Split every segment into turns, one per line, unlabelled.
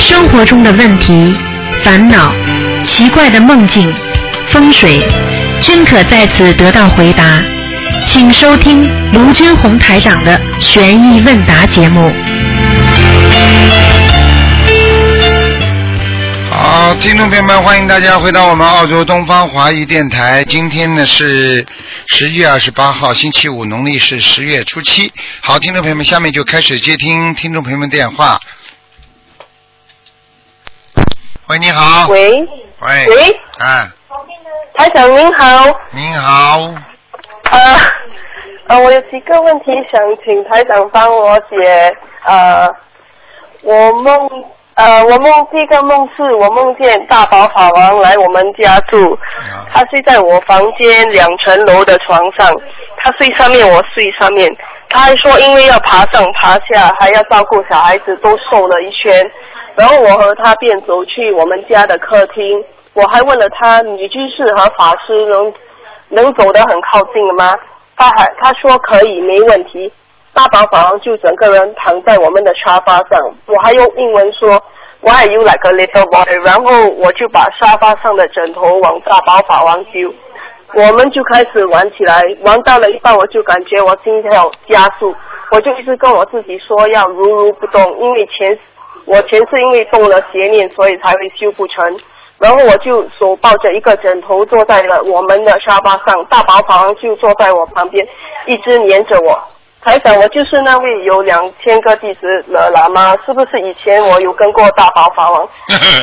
生活中的问题、烦恼、奇怪的梦境、风水，均可在此得到回答。请收听卢军红台长的悬疑问答节目。
好，听众朋友们，欢迎大家回到我们澳洲东方华语电台。今天呢是11月28号，星期五，农历是10月初7。好，听众朋友们，下面就开始接听听众朋友们电话。喂，你好。
喂。
喂。啊。
台长您好。
您好。
我有几个问题想请台长帮我解。第一个梦是我梦见大宝法王来我们家住，他睡在我房间2层楼的床上，他睡上面，我睡上面。他还说因为要爬上爬下，还要照顾小孩子，都瘦了一圈。然后我和他便走去我们家的客厅，我还问了他女居士和法师能走得很靠近吗？他说可以，没问题。大宝法王就整个人躺在我们的沙发上，我还用英文说 Why are you like a little boy？ 然后我就把沙发上的枕头往大宝法王丢，我们就开始玩起来，玩到了一半我就感觉我心跳加速，我就一直跟我自己说要如不动，因为我前世因为动了邪念，所以才会修不成。然后我就手抱着一个枕头坐在了我们的沙发上，大宝法王就坐在我旁边，一直黏着我。台长，我就是那位有2000个弟子的喇嘛，是不是以前我有跟过大宝法王？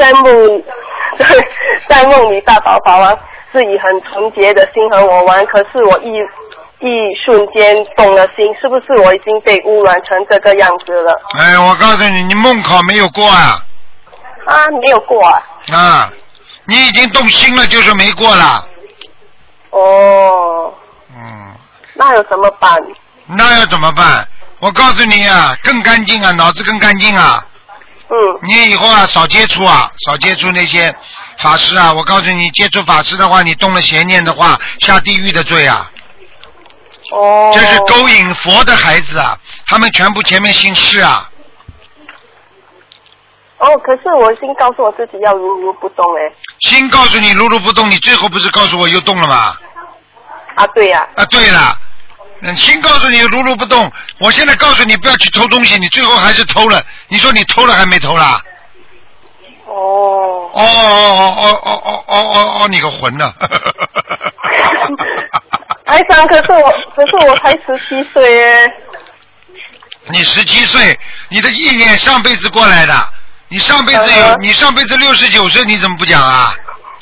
在梦里大宝法王是以很纯洁的心和我玩，可是我一瞬间动了心，是不是我已经被污染成这个样子了？
哎，我告诉你，你梦考没有过啊？
没有过啊？
你已经动心了，就是没过了。
哦。那要怎么办？
那要怎么办？我告诉你啊，更干净啊，脑子更干净啊。你以后啊，少接触那些法师啊。我告诉你，接触法师的话，你动了邪念的话，下地狱的罪啊。这是勾引佛的孩子啊，他们全部前面姓释啊。
可是我心告诉我自己要如不动哎。
心告诉你如不动，你最后不是告诉我又动了吗？
对呀。
对了。心告诉你如不动，我现在告诉你不要去偷东西，你最后还是偷了。你说你偷了还没偷啦？你个混呐！
台长，可是我才17岁耶。
你17岁，你的意念上辈子过来的，你上辈子69岁，你怎么不讲啊？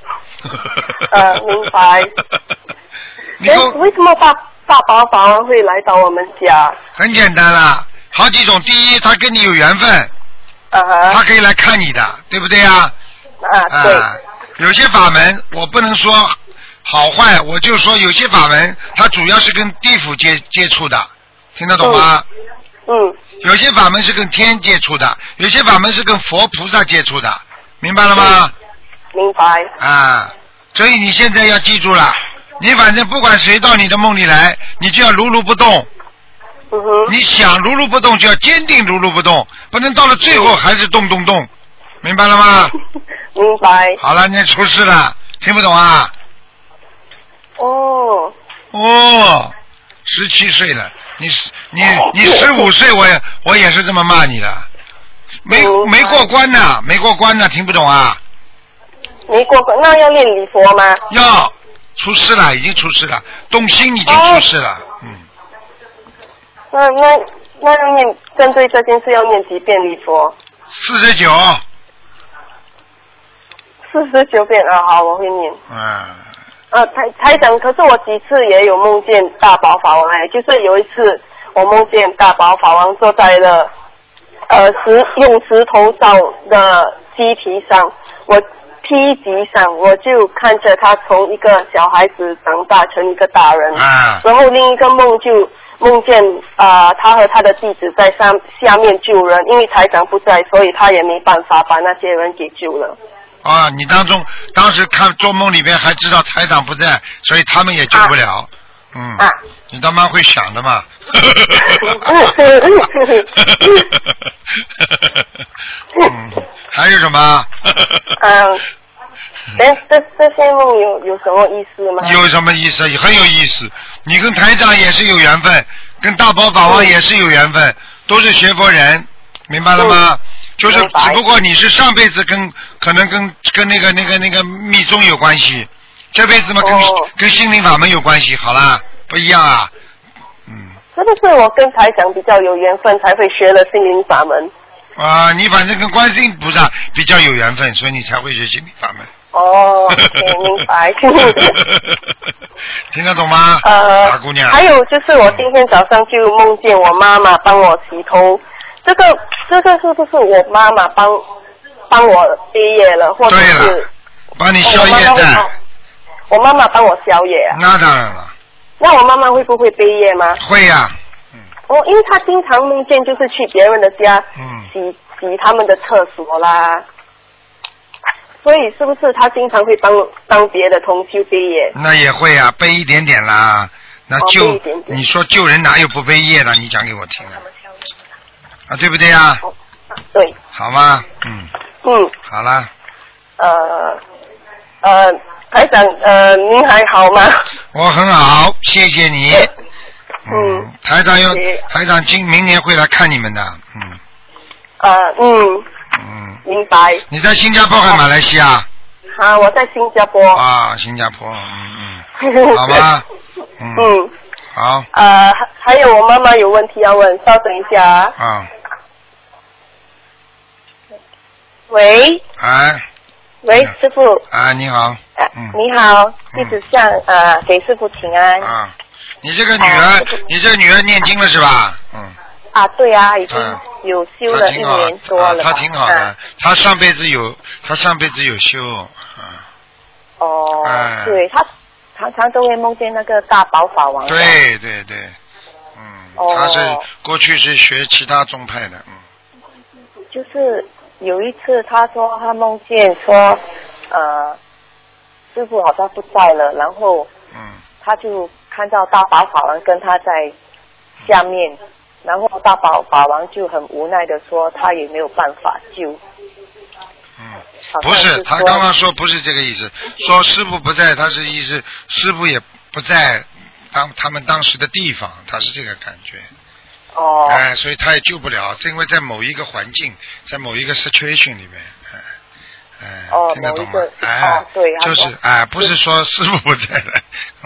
明白。为什么大宝法王会来到我们家？
很简单啦，好几种。第一，他跟你有缘分，他可以来看你的，对不对啊？
对。
有些法门我不能说好坏，我就说有些法门它主要是跟地府接触的，听得懂吗？有些法门是跟天接触的，有些法门是跟佛菩萨接触的，明白了吗？
明白。
所以你现在要记住了。你反正不管谁到你的梦里来，你就要如不动。你想如不动，就要坚定如不动，不能到了最后还是动，明白了吗？
明白。
好了，你出事了，听不懂啊？17岁了，你15岁，我也是这么骂你的，没过关呢，听不懂啊？
没过关，那要念礼佛吗？
要。出事了，已经出事了，动心已经出事了。
那要念，针对这件事要念几遍礼佛
？49
遍好，我会念。
台
长，可是我几次也有梦见大宝法王就是有一次我梦见大宝法王坐在了用石头造的鸡皮上，梯级上，我就看着他从一个小孩子长大成一个大人。然后另一个梦就梦见他和他的弟子在下面救人，因为台长不在，所以他也没办法把那些人给救了。
你当时看做梦里边还知道台长不在，所以他们也救不了。你倒蛮会想的嘛。 还有什么？
这些梦有什么意思吗？
有什么意思？很有意思。你跟台长也是有缘分，跟大宝法王也是有缘分，都是学佛人，明白了吗？就是只不过你是上辈子可能跟那个密宗有关系，这辈子嘛跟心灵法门有关系，好啦，不一样啊。
是不是我跟台长比较有缘分才会学了心灵法门？
你反正跟观世音菩萨比较有缘分，所以你才会学心灵法门。
明白。
听得懂吗？大姑娘。
还有就是我今天早上就梦见我妈妈帮我洗头，这个是不是我妈妈帮我背业了，或者是？
对了，帮你消业债。
我妈妈帮我消业啊。
那当然了。
那我妈妈会不会背业吗？
会呀。
因为她经常梦见就是去别人的家，洗他们的厕所啦。所以是不是他经常会帮别的同修背业？那
也会啊，背一点点啦。那你说救人哪有不背业的？你讲给我听啊，对不对呀？
对。
好吗？好了。
台长，您还好吗？
我很好，谢谢你。台长明年会来看你们的。
明白。
你在新加坡还是马来西亚？
我在新加坡。
新加坡，好吧。好。
还有我妈妈有问题要问，稍等一下。喂。喂，师傅。
你好。
你好，弟子向给师傅请安。
你这个女儿念经了是吧？
对啊，已经有修了1年多了。
她挺好的，她上辈子有修。
对，她常常都会梦见那个大宝法王。
对。她是过去是学其他宗派的。
就是有一次，她说她梦见说，师傅好像不在了，然后她就看到大宝法王跟她在下面。然后大宝法王就很无奈的说，他也没有办法救。
不是，他刚刚说不是这个意思，说师傅不在，他是意思师傅也不在他们当时的地方，他是这个感觉。所以他也救不了，因为在某一个环境，在某一个 situation 里面，听得懂吗？
对，
就是不是说师傅不在的。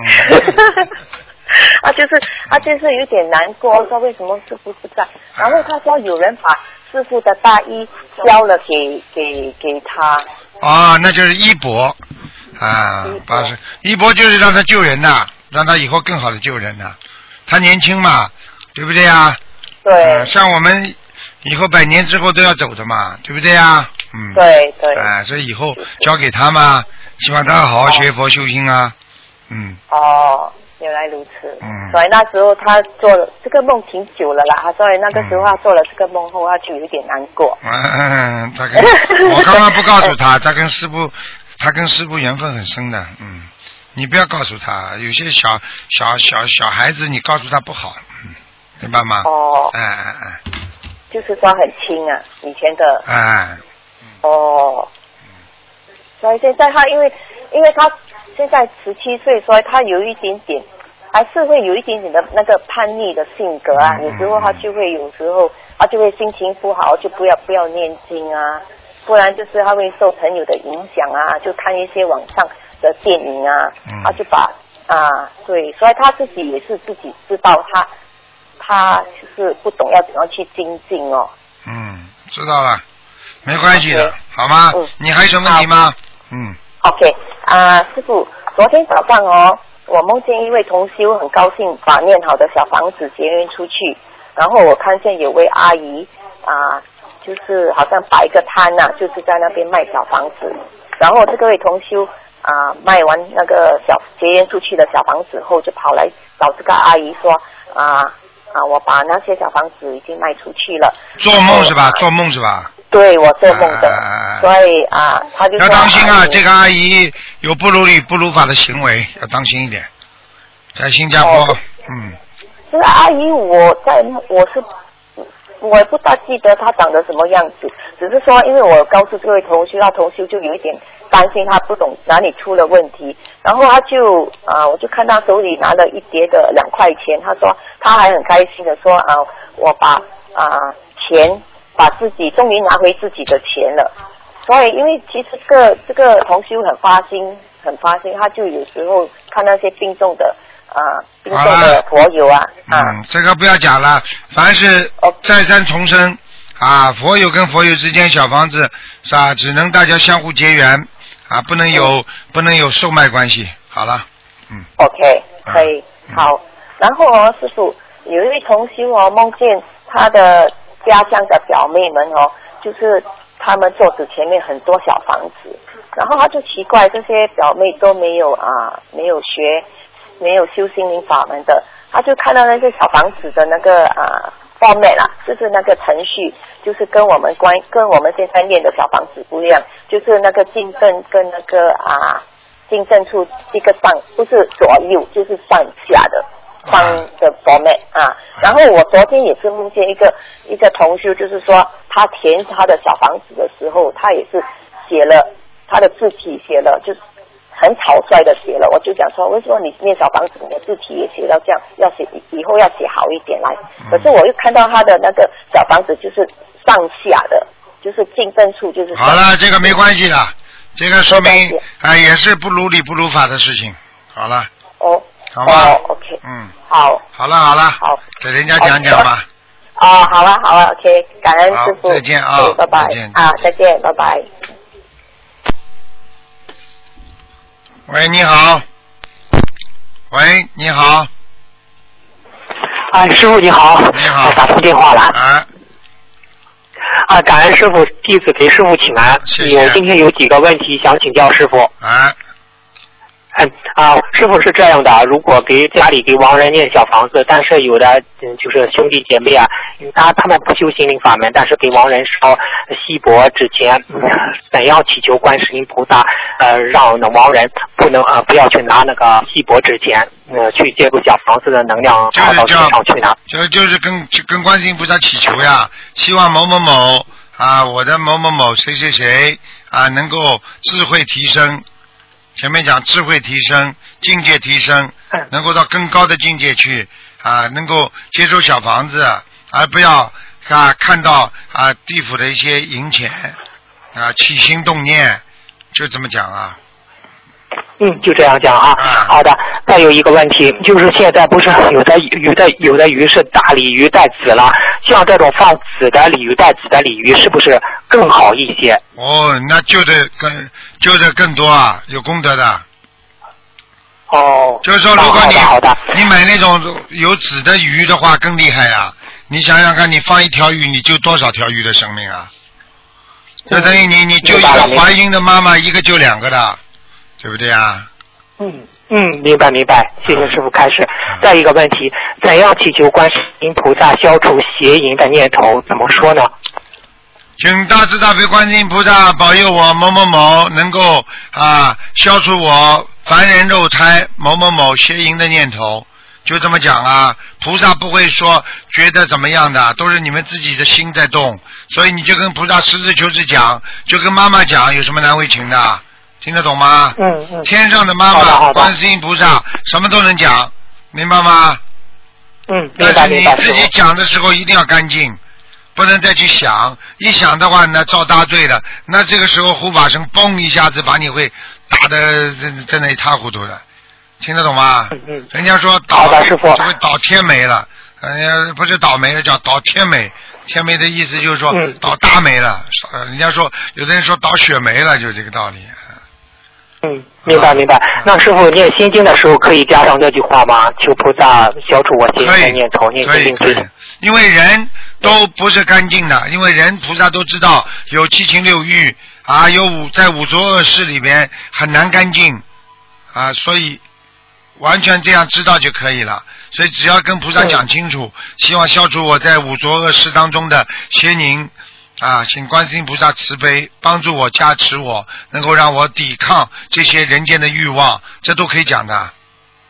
就是有点难过，说为什么师傅不在？然后他说有人把师傅的大衣交了给他。
那就是衣钵衣钵就是让他救人呐，让他以后更好的救人呐。他年轻嘛，对不对呀？
对。
像我们以后100年之后都要走的嘛，对不对呀？
对。
所以以后交给他嘛，希望他好好学佛修心啊。
原来如此。所以那时候他做了这个梦挺久了啦，所以那个时候他做了这个梦后，他就有点难过。
我刚刚不告诉他，他跟师父缘分很深的。你不要告诉他，有些小孩子你告诉他不好，明白吗？
就是说很轻啊，以前的。所以现在他因为他现在17岁，所以他有一点点，还是会有一点点的那个叛逆的性格啊。有时候他就会心情不好，就不要念经啊，不然就是他会受朋友的影响啊，就看一些网上的电影啊，他就把对，所以他自己也是自己知道他就是不懂要怎样去精进哦。
知道了，没关系的，好吗？你还有什么问题吗
？OK， 师傅，昨天早上我梦见一位同修很高兴把念好的小房子结缘出去，然后我看见有位阿姨就是好像摆一个摊就是在那边卖小房子，然后这个位同修卖完那个结缘出去的小房子后，就跑来找这个阿姨说我把那些小房子已经卖出去了。
做梦是吧？做梦是吧？
对，我做梦的，所以他就
要当心啊！这个阿姨有不如理不如法的行为，要当心一点。在新加坡，
这个阿姨我
我也不大记得他长得什么样子，只是说因为我告诉这位同修，那同修就有一点担心他不懂哪里出了问题，然后他就我就看他手里拿了一叠的2块钱，他说他还很开心的说我把钱把自己终于拿回自己的钱了。所以因为其实这个同修很发心，他就有时候看那些病重的佛友
这个不要讲了，凡是再三重申佛友跟佛友之间小房子是吧，只能大家相互结缘不能有售卖关系。好了
，OK， 可以，好。然后师父有一位同修梦见他的家乡的表妹们就是他们桌子前面很多小房子，然后他就奇怪这些表妹都没有修心灵法门的，他就看到那些小房子的那个format 就是那个程序，就是跟我们现在念的小房子不一样，就是那个进正跟那个进正处一个上，不是左右，就是上下的方的 format 然后我昨天也是梦见一个同修，就是说他填他的小房子的时候，他也是写了他的字体，写了就是很草率的写了，我就讲说为什么你念小房子你的字体也写到这样，要写以后要写好一点来。可是我又看到他的那个小房子就是上下的，就是进正处就是
好了，这个没关系的，这个说明也是不如理不如法的事情。好了好吧
OK 好
了给人家讲讲吧。
好了 OK， 感恩师父，
再见
拜拜再见拜拜。
喂，你好。喂，你好。
师父你好。
你好。
打通电话了。感恩师父，弟子给师父请安。
谢谢。
我今天有几个问题想请教师父。师傅是这样的，如果家里给亡人念小房子，但是有的就是兄弟姐妹他们不修心灵法门，但是给亡人烧锡箔纸钱，怎样祈求观世音菩萨让亡人不要去拿那个锡箔纸钱去借助小房子的能量跑到天上去拿？
就是跟观世音菩萨祈求呀，希望某某某我的某某某谁谁谁能够智慧提升。前面讲智慧提升，境界提升，能够到更高的境界去能够接受小房子，而不要看到地府的一些银钱起心动念，就这么讲
就这样讲好的。再有一个问题，就是现在不是有的鱼是大鲤鱼带籽了，像这种放籽的鲤鱼带籽的鲤鱼是不是更好一些？
那救的更多有功德的。就是说如果你买那种有籽的鱼的话更厉害你想想看，你放一条鱼你救多少条鱼的生命就等于你救一个怀孕的妈妈一个救2个的，对不对
明白，谢谢师父开始。再一个问题，怎样祈求观世音菩萨消除邪淫的念头？怎么说呢？
请大慈大悲观世音菩萨保佑我某某某能够消除我凡人肉胎某某某邪淫的念头，就这么讲菩萨不会说觉得怎么样的，都是你们自己的心在动，所以你就跟菩萨实事求是讲，就跟妈妈讲，有什么难为情的？听得懂吗？天上的妈妈观世音菩萨什么都能讲，明白吗？但是你自己讲的时候一定要干净，不能再去想，一想的话那造大罪了，那这个时候护法神嘣一下子把你会打得真的一塌糊涂的，听得懂吗？人家说倒就会倒天霉了，不是倒霉了，叫倒天霉。天霉的意思就是说倒大霉了，人家说有的人说倒血霉了，就是这个道理。
明白。那师父念心经的时候可以加上这句话吗？求菩萨消除我心灵的念头，念心经可以。
因为人都不是干净的，因为人菩萨都知道有七情六欲在五浊恶世里边很难干净所以完全这样知道就可以了。所以只要跟菩萨讲清楚，希望消除我在五浊恶世当中的邪淫请观世音菩萨慈悲帮助我，加持我，能够让我抵抗这些人间的欲望，这都可以讲的。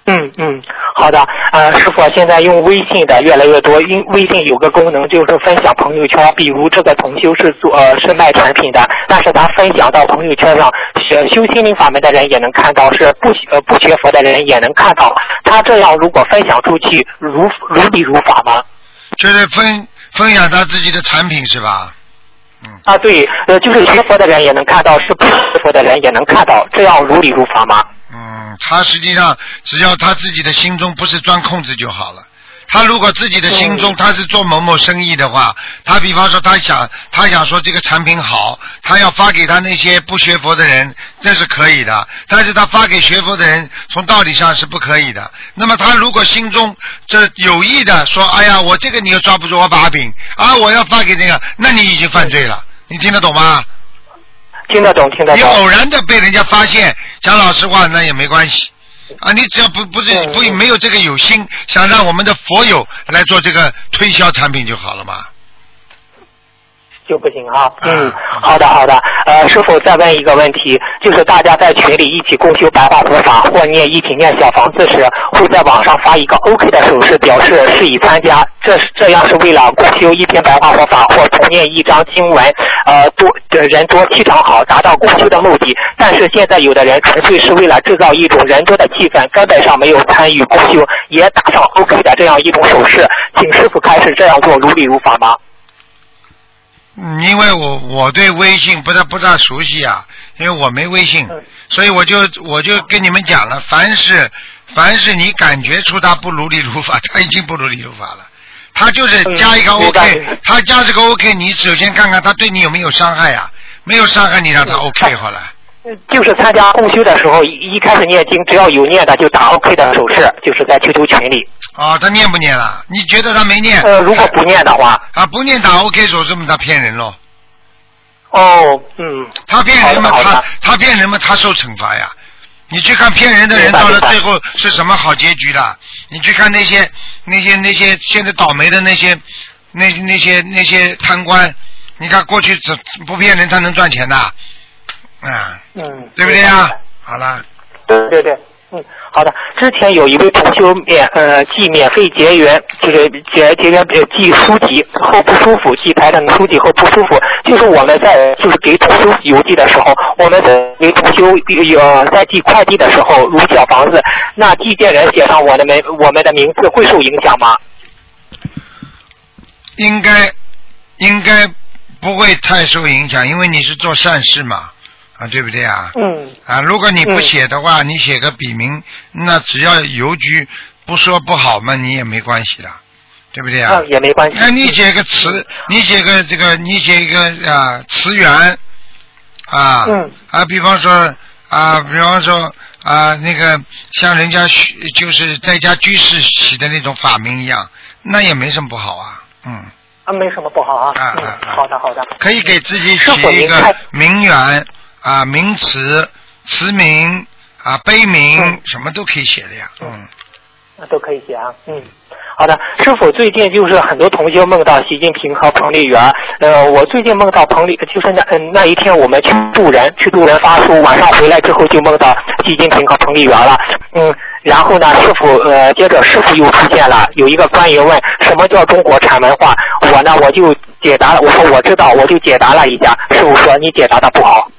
好的，师傅，现在用微信的越来越多，因微信有个功能就是分享朋友圈，比如这个同修是卖产品的，但是他分享到朋友圈上，修心灵法门的人也能看到，是不学佛的人也能看到，他这样如果分享出去，如理如法吗？
就是分享他自己的产品是吧？
对，就是学佛的人也能看到，是不学佛的人也能看到，这样如理如法吗？
他实际上只要他自己的心中不是钻空子就好了。他如果自己的心中他是做某某生意的话，他比方说他想说这个产品好，他要发给他那些不学佛的人，这是可以的。但是他发给学佛的人，从道理上是不可以的。那么他如果心中这有意的说，哎呀，我这个你又抓不住我把柄啊，我要发给那个，那你已经犯罪了。你听得懂吗？
听得懂。
你偶然的被人家发现，讲老实话那也没关系啊。你只要不没有这个有心想让我们的佛友来做这个推销产品就好了嘛。
就不行啊。好的。师傅再问一个问题，就是大家在群里一起共修白话佛法或一起念小房子时，会在网上发一个 OK 的手势，表示是已参加。这样是为了共修一篇白话佛法或重念一章经文，人多气场好，达到共修的目的。但是现在有的人纯粹是为了制造一种人多的气氛，根本上没有参与共修，也打上 OK 的这样一种手势，请师傅开始这样做如理如法吗？
因为我对微信不大熟悉啊，因为我没微信，所以我就跟你们讲了，凡是你感觉出他不如理如法，他已经不如理如法了。他就是加一个 OK，他加这个 OK， 你首先看看他对你有没有伤害啊？没有伤害，你让他 OK 好了。
就是参加共修的时候，一开始念经，只要有念的就打 OK 的手势，就是在QQ群里。
他念不念了？你觉得他没念？
如果不念的话。
不念打 OK 手势，他骗人咯。他骗人嘛，他骗人嘛，他受惩罚呀。你去看骗人的人到了最后是什么好结局的？你去看那些现在倒霉的那些贪官，你看过去不骗人他能赚钱的。对不对啊？好了。
对。好的。之前有一位同修寄免费结缘，就是结缘寄书籍后不舒服，寄台的书籍后不舒服，就是我们在就是给同修邮寄的时候，我们给同修在寄快递的时候，如小房子，那寄件人写上我们的名字会受影响吗？
应该不会太受影响，因为你是做善事嘛。对不对啊？如果你不写的话，你写个笔名，那只要邮局不说不好嘛，你也没关系的，对不对啊？
也没关系。
你写个词，你写一个词源比方说那个像人家就是在家居士起的那种法名一样，那也没什么不好啊。
没什么不好啊。好的。
可以给自己起一个名源。名词、词名碑名，什么都可以写的呀。
都可以写啊。好的，师傅，最近就是很多同学梦到习近平和彭丽媛。我最近梦到就是那一天我们去渡人发书，晚上回来之后就梦到习近平和彭丽媛了。然后呢，接着师傅又出现了，有一个官员问什么叫中国禅文化，我就解答了，我说我知道，我就解答了一下。师傅说你解答的不好。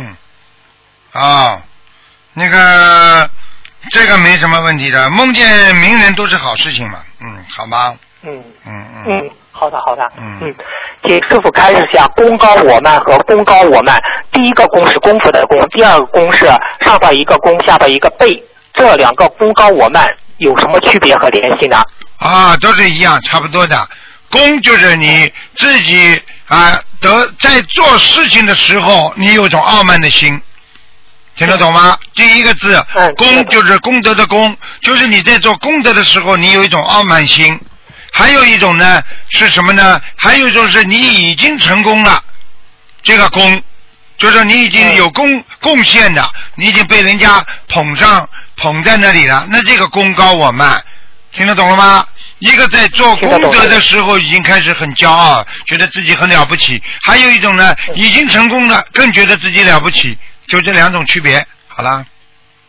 那个这个没什么问题的，梦见名人都是好事情嘛。好吗？
好的。请师傅开始下功高我慢和功高我慢。第一个功是功夫的功，第二个功是上边一个功，下边一个背。这两个功高我慢有什么区别和联系呢？
都是一样，差不多的。功就是你自己在做事情的时候，你有种傲慢的心，听得懂吗？第一个字功就是功德的功，就是你在做功德的时候，你有一种傲慢心。还有一种呢是什么呢？还有一种是你已经成功了，这个功就是你已经有贡献的，你已经被人家捧在那里了，那这个功高我慢，听得懂了吗？一个在做功德的时候已经开始很骄傲，觉得自己很了不起，还有一种呢已经成功了，更觉得自己了不起，就这两种区别。好了。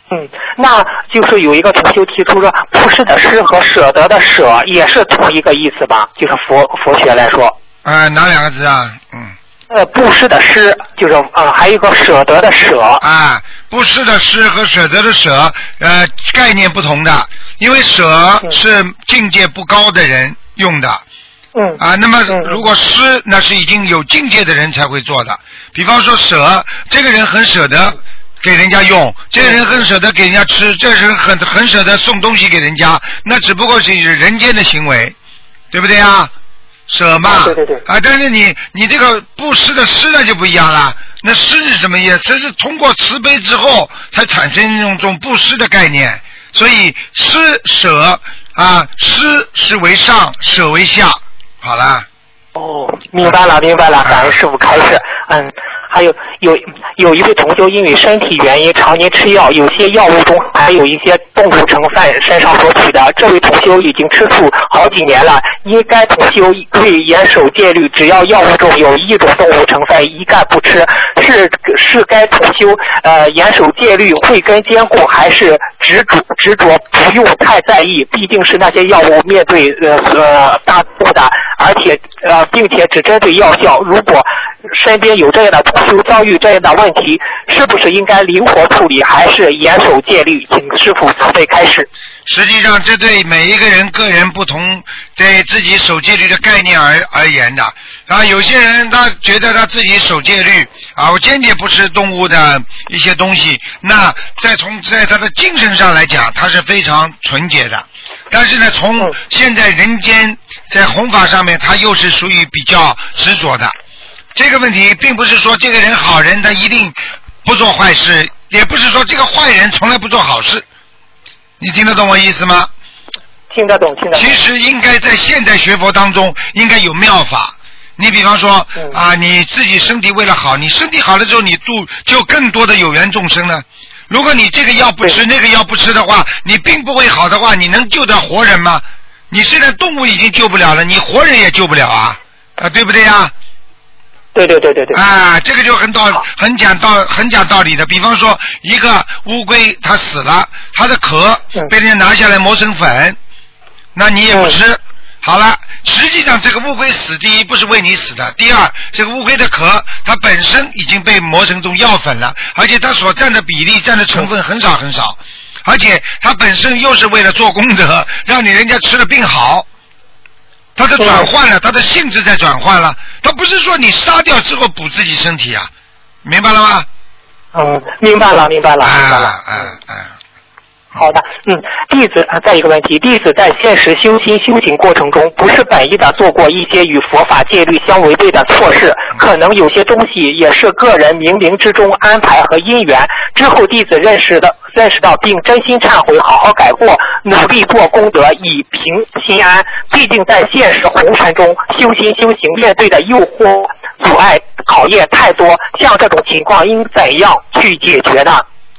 那就是有一个同修提出了布施的施和舍得的舍也是同一个意思吧？就是佛学来说。
哪两个字啊？
布施的施就是还有一个舍得的舍。
布施的施和舍得的舍概念不同的，因为舍是境界不高的人用的。那么如果施那是已经有境界的人才会做的。比方说舍，这个人很舍得给人家用，这个人很舍得给人家吃，这个人很舍得送东西给人家，那只不过是人间的行为，对不对啊？舍嘛，
对。
但是你这个布施的施呢就不一样了。那施是什么意思？这是通过慈悲之后才产生这种布施的概念。所以施舍施是为上，舍为下。好了。
明白了，感恩师父开示。还有一位同修因为身体原因常年吃药，有些药物中还有一些动物成分身上所取的。这位同修已经吃素好几年了，因该同修会严守戒律，只要药物中有一种动物成分一概不吃。是该同修严守戒律慧根坚固，还是执着不用太在意？毕竟是那些药物面对大众的，而且并且只针对药效。如果身边有这样的同修遭遇这样的问题，是不是应该灵活处理，还是严守戒律？请师父慈悲开示。
实际上这对每一个人个人不同，对自己守戒律的概念而言的。有些人他觉得他自己守戒律我坚决不吃动物的一些东西，那在他的精神上来讲他是非常纯洁的。但是呢，从现在人间在弘法上面他又是属于比较执着的。这个问题并不是说这个人好人他一定不做坏事，也不是说这个坏人从来不做好事。你听得懂我意思吗？
听得懂。
其实应该在现代学佛当中应该有妙法。你比方说你自己身体为了好，你身体好了之后你就更多的有缘众生呢。如果你这个药不吃那个药不吃的话，你并不会好的话，你能救得活人吗？你虽然动物已经救不了了，你活人也救不了对不对呀？
对。
这个就很讲道理的。比方说一个乌龟它死了，它的壳被人家拿下来磨成粉，那你也不吃。好了，实际上这个乌龟死，第一不是为你死的，第二这个乌龟的壳它本身已经被磨成这种药粉了，而且它所占的比例占的成分很少很少，而且它本身又是为了做功德，让你人家吃了病好。它的转换了，它的性质在转换了，它不是说你杀掉之后补自己身体明白了吗？
明白了。好的，弟子再一个问题，弟子在现实修心修行过程中，不是本意的做过一些与佛法戒律相违背的错事，可能有些东西也是个人冥冥之中安排和因缘。之后弟子认识到并真心忏悔，好好改过，努力做功德，以平心安。毕竟在现实红尘中修心修行，面对的诱惑、阻碍、考验太多，像这种情况应怎样去解决呢？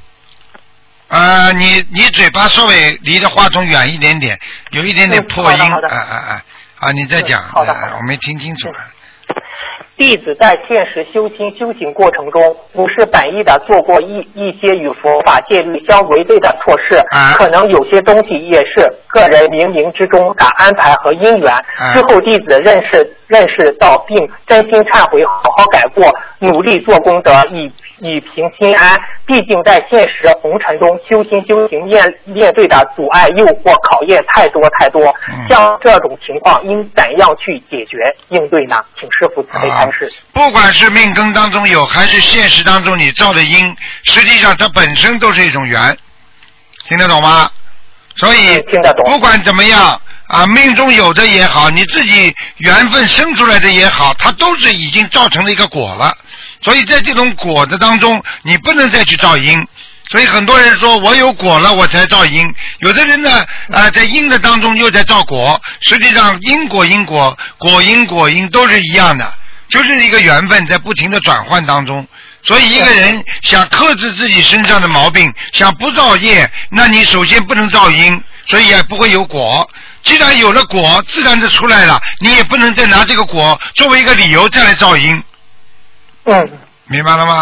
你嘴巴稍微离着话筒远一点点，有一点点破音。你再讲。我没听清楚。
弟子在现实修行过程中，不是本意的做过一些与佛法戒律相违背的错事，可能有些东西也是个人冥冥之中的安排和因缘。之后弟子认识到并真心忏悔，好好改过，努力做功德，以平心安。毕竟在现实红尘中修行面对的阻碍、诱惑、考验太多，像这种情况应怎样去解决应对呢？请师父慈悲开示。
不管是命根当中有还是现实当中你造的因，实际上它本身都是一种缘，听得懂吗？所以
听得懂。
不管怎么样命中有的也好，你自己缘分生出来的也好，它都是已经造成了一个果了。所以在这种果的当中，你不能再去造因。所以很多人说我有果了我才造因，有的人呢在因的当中又在造果。实际上因果果因都是一样的，就是一个缘分在不停的转换当中。所以一个人想克制自己身上的毛病，想不造业，那你首先不能造因，所以也不会有果。既然有了果，自然就出来了，你也不能再拿这个果作为一个理由再来造因。
嗯，
明白了吗？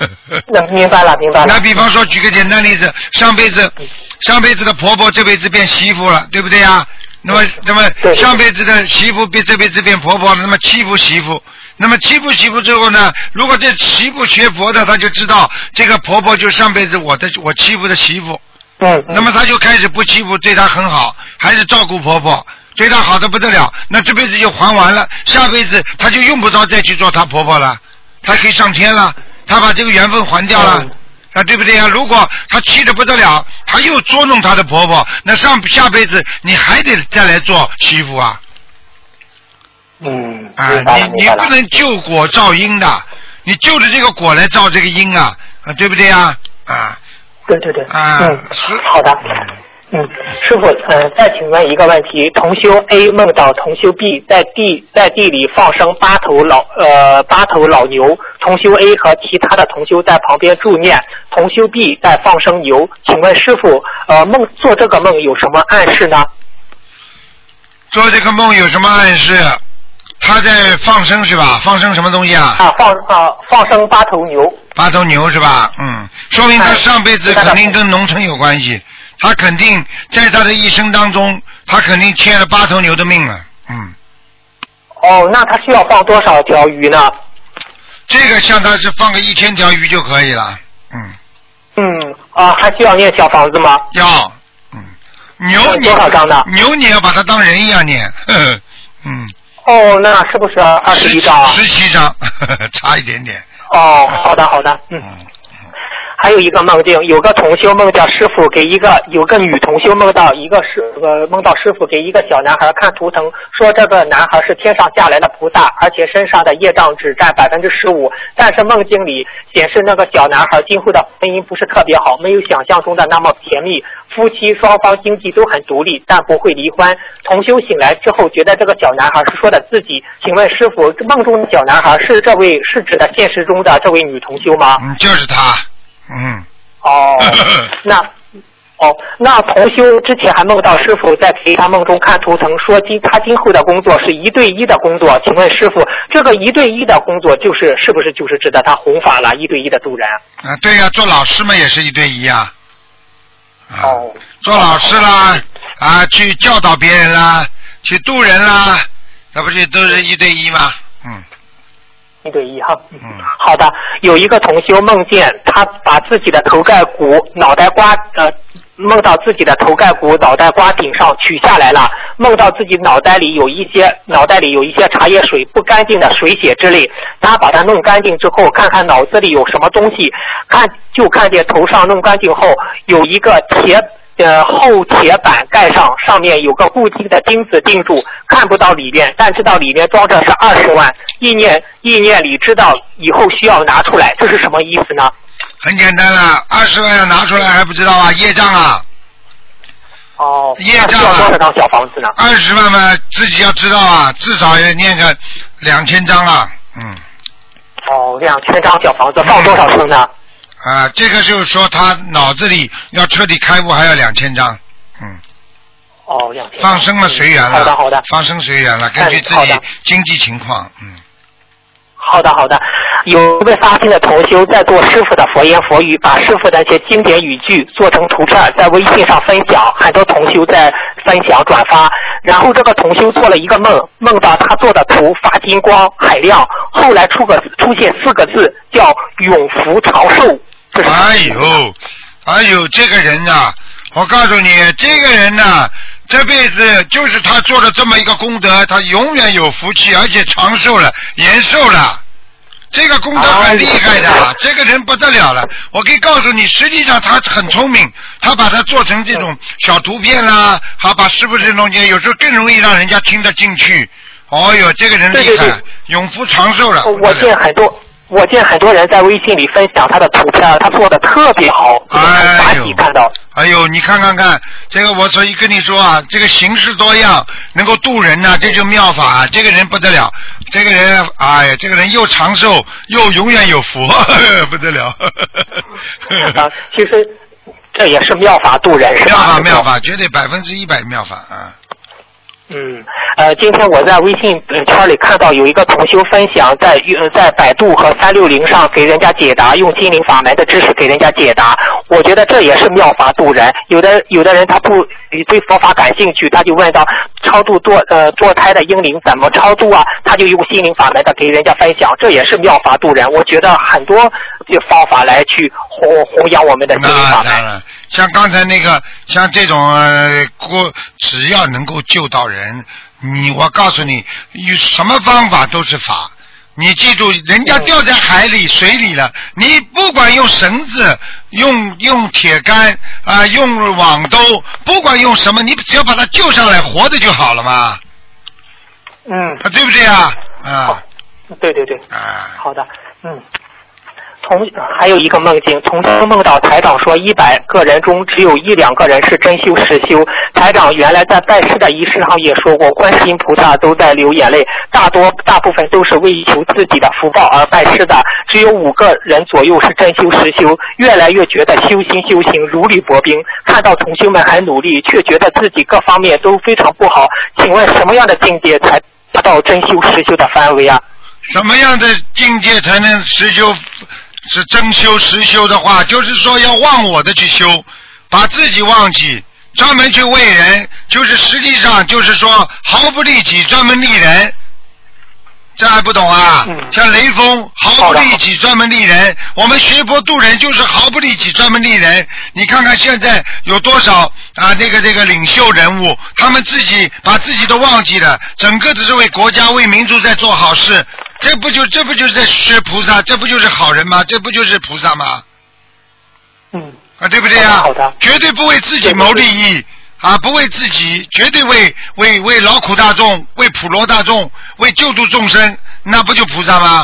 明白了。
那比方说，举个简单例子，上辈子的婆婆这辈子变媳妇了，对不对呀？那么上辈子的媳妇这辈子变婆婆了，那么欺负媳妇。那么欺负媳妇之后呢，如果这媳妇学佛的，他就知道这个婆婆就是上辈子我欺负的媳妇。那么他就开始不欺负，对她很好，还是照顾婆婆，对她好的不得了。那这辈子就还完了，下辈子他就用不着再去做她婆婆了，她可以上天了，她把这个缘分还掉了。对不对啊？如果她气得不得了，她又捉弄她的婆婆，那下辈子你还得再来做媳妇啊。你不能就果造因的，你就着这个果来造这个因啊，对不对啊？
对。好的。师傅，再请问一个问题：同修 A 梦到同修 B 在地里放生八头老牛，同修 A 和其他的同修在旁边助念，同修 B 在放生牛。请问师傅，做这个梦有什么暗示呢？
做这个梦有什么暗示？他在放生是吧？放生什么东西啊？
放生八头牛。
八头牛是吧？说明他上辈子肯定跟农村有关系。他肯定在他的一生当中，他肯定欠了8头牛的命了。
那他需要放多少条鱼呢？
这个像他是放个1000条鱼就可以了。
还需要念小房子吗？
要。牛
多少张呢？
牛你要把它当人一样念。
那是不是21张
？17张，差一点点。
好的。还有一个梦境，有个同修梦到师傅有个女同修梦到师傅给一个小男孩看图腾，说这个男孩是天上下来的菩萨，而且身上的业障只占15%，但是梦境里显示那个小男孩今后的婚姻不是特别好，没有想象中的那么甜蜜，夫妻双方经济都很独立，但不会离婚。同修醒来之后觉得这个小男孩是说的自己，请问师傅，梦中的小男孩是指的现实中的这位女同修吗？
就是他。
那同修之前还梦到师傅在给他梦中看图腾，说他今后的工作是1对1的工作，请问师傅，这个1对1的工作是不是就是指的他弘法了1对1的度人？
对呀，做老师嘛也是1对1啊。做老师啦，去教导别人啦，去度人啦，那不是都是1对1吗
？1对1哈。好的。有一个同修梦见他把自己的头盖骨梦到自己的头盖骨脑袋瓜顶上取下来了，梦到自己脑袋里有一些茶叶水不干净的水血之类，他把它弄干净之后，看看脑子里有什么东西，就看见头上弄干净后有一个厚铁板盖上面有个固定的钉子钉住，看不到里面，但知道里面装着是20万，意念里知道以后需要拿出来，这是什么意思呢？
很简单了，20万要拿出来还不知道啊？业障啊！业障啊！
多少张小房子呢
？20万嘛，自己要知道啊，至少要念个2000张啊。
2000张小房子放多少声呢？
这个就是说他脑子里要彻底开悟还要2000张。
2000。
放生了随缘了。
好的。
放生随缘了，根据自己经济情况。
好的。有一位发心的同修在做师傅的佛言佛语，把师傅的一些经典语句做成图片在微信上分享，很多同修在分享转发。然后这个同修做了一个梦到他做的图发金光很亮，后来出现4个字叫永福长寿。
哎呦，这个人啊，我告诉你，这个人啊，这辈子就是他做了这么一个功德，他永远有福气，而且长寿了，延寿了。这个功德很厉害的，这个人不得了了。我可以告诉你，实际上他很聪明，他把它做成这种小图片啦，把师傅这东西有时候更容易让人家听得进去。这个人厉害，永福长寿了。
我见很多人在微信里分享他的图片，他做的特别好，大体看到。
你看这个，我所以跟你说啊，这个形式多样，能够度人这就妙法这个人不得了，这个人这个人又长寿又永远有福，不得了。
其实这也是妙法度人，是吧？
妙法，绝对100%妙法啊。
今天我在微信圈里看到有一个同修分享在百度和360上给人家解答，用心灵法门的知识给人家解答，我觉得这也是妙法度人。有的人他不对佛法感兴趣，他就问到超度堕胎的婴灵怎么超度啊？他就用心灵法门的给人家分享，这也是妙法度人。我觉得很多方法来去弘扬我们的心灵法门。
像刚才那个，像这种只要能够救到人，我告诉你，什么方法都是法。你记住，人家掉在海里、水里了，你不管用绳子、用铁杆用网兜，不管用什么，你只要把他救上来，活的就好了嘛。对不对啊？
对。好的，还有一个梦境，同时梦到台长说100个人中只有1-2个人是真修实修。台长原来在拜师的仪式上也说过，观世音菩萨都在流眼泪，大部分都是为求自己的福报而拜师的，只有5个人左右是真修实修。越来越觉得修行如履薄冰，看到同修们很努力，却觉得自己各方面都非常不好。请问什么样的境界才达到真修实修的范围啊？
什么样的境界才能实修？是真修实修的话，就是说要忘我的去修，把自己忘记，专门去为人，就是实际上就是说毫不利己，专门利人。这还不懂啊？像雷锋毫不利己，专门利人。我们学佛度人就是毫不利己，专门利人。你看看现在有多少这个领袖人物，他们自己把自己都忘记了，整个只是为国家为民族在做好事。这不就是在学菩萨？这不就是好人吗？这不就是菩萨吗？对不对啊？绝对不为自己谋利益不为自己，绝对为劳苦大众，为普罗大众，为救度众生，那不就菩萨吗？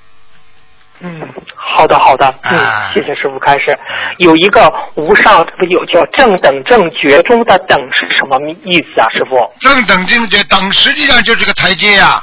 好的，谢谢师父开始。有一个无上，有叫正等正觉中的等是什么意思啊，师父？
正等正觉等实际上就是个台阶呀。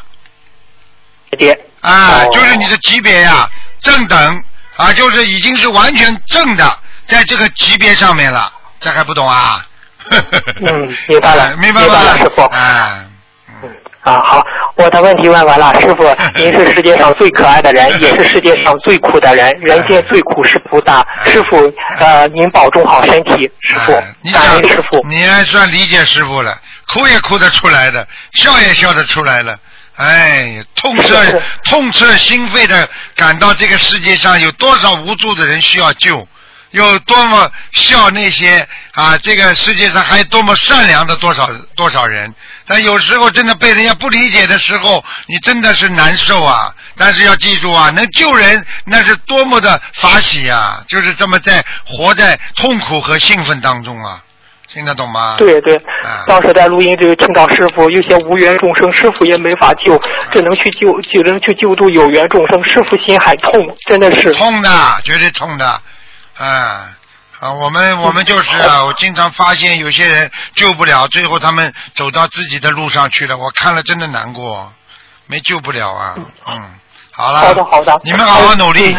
就是你的级别呀，正等就是已经是完全正的，在这个级别上面了，这还不懂啊？
明白了，师父。好，我的问题问完了，师父，您是世界上最可爱的人，也是世界上最苦的人，人间最苦是菩萨。师父，您保重好身体，师父，感恩师父。
你还算理解师父了，哭也哭得出来的，笑也笑得出来了。痛彻心扉的感到这个世界上有多少无助的人需要救，有多么笑那些这个世界上还有多么善良的多少人。但有时候真的被人家不理解的时候，你真的是难受啊。但是要记住能救人那是多么的法喜啊，就是这么活在痛苦和兴奋当中啊。听得懂吗？
对，当时在录音这个听到师父有些无缘众生，师父也没法救，只能去救度有缘众生，师父心还痛，真的是
痛的，绝对痛的。我们就是我经常发现有些人救不了，最后他们走到自己的路上去了，我看了真的难过，没救不了啊。好了，
好的，
你们好好努力。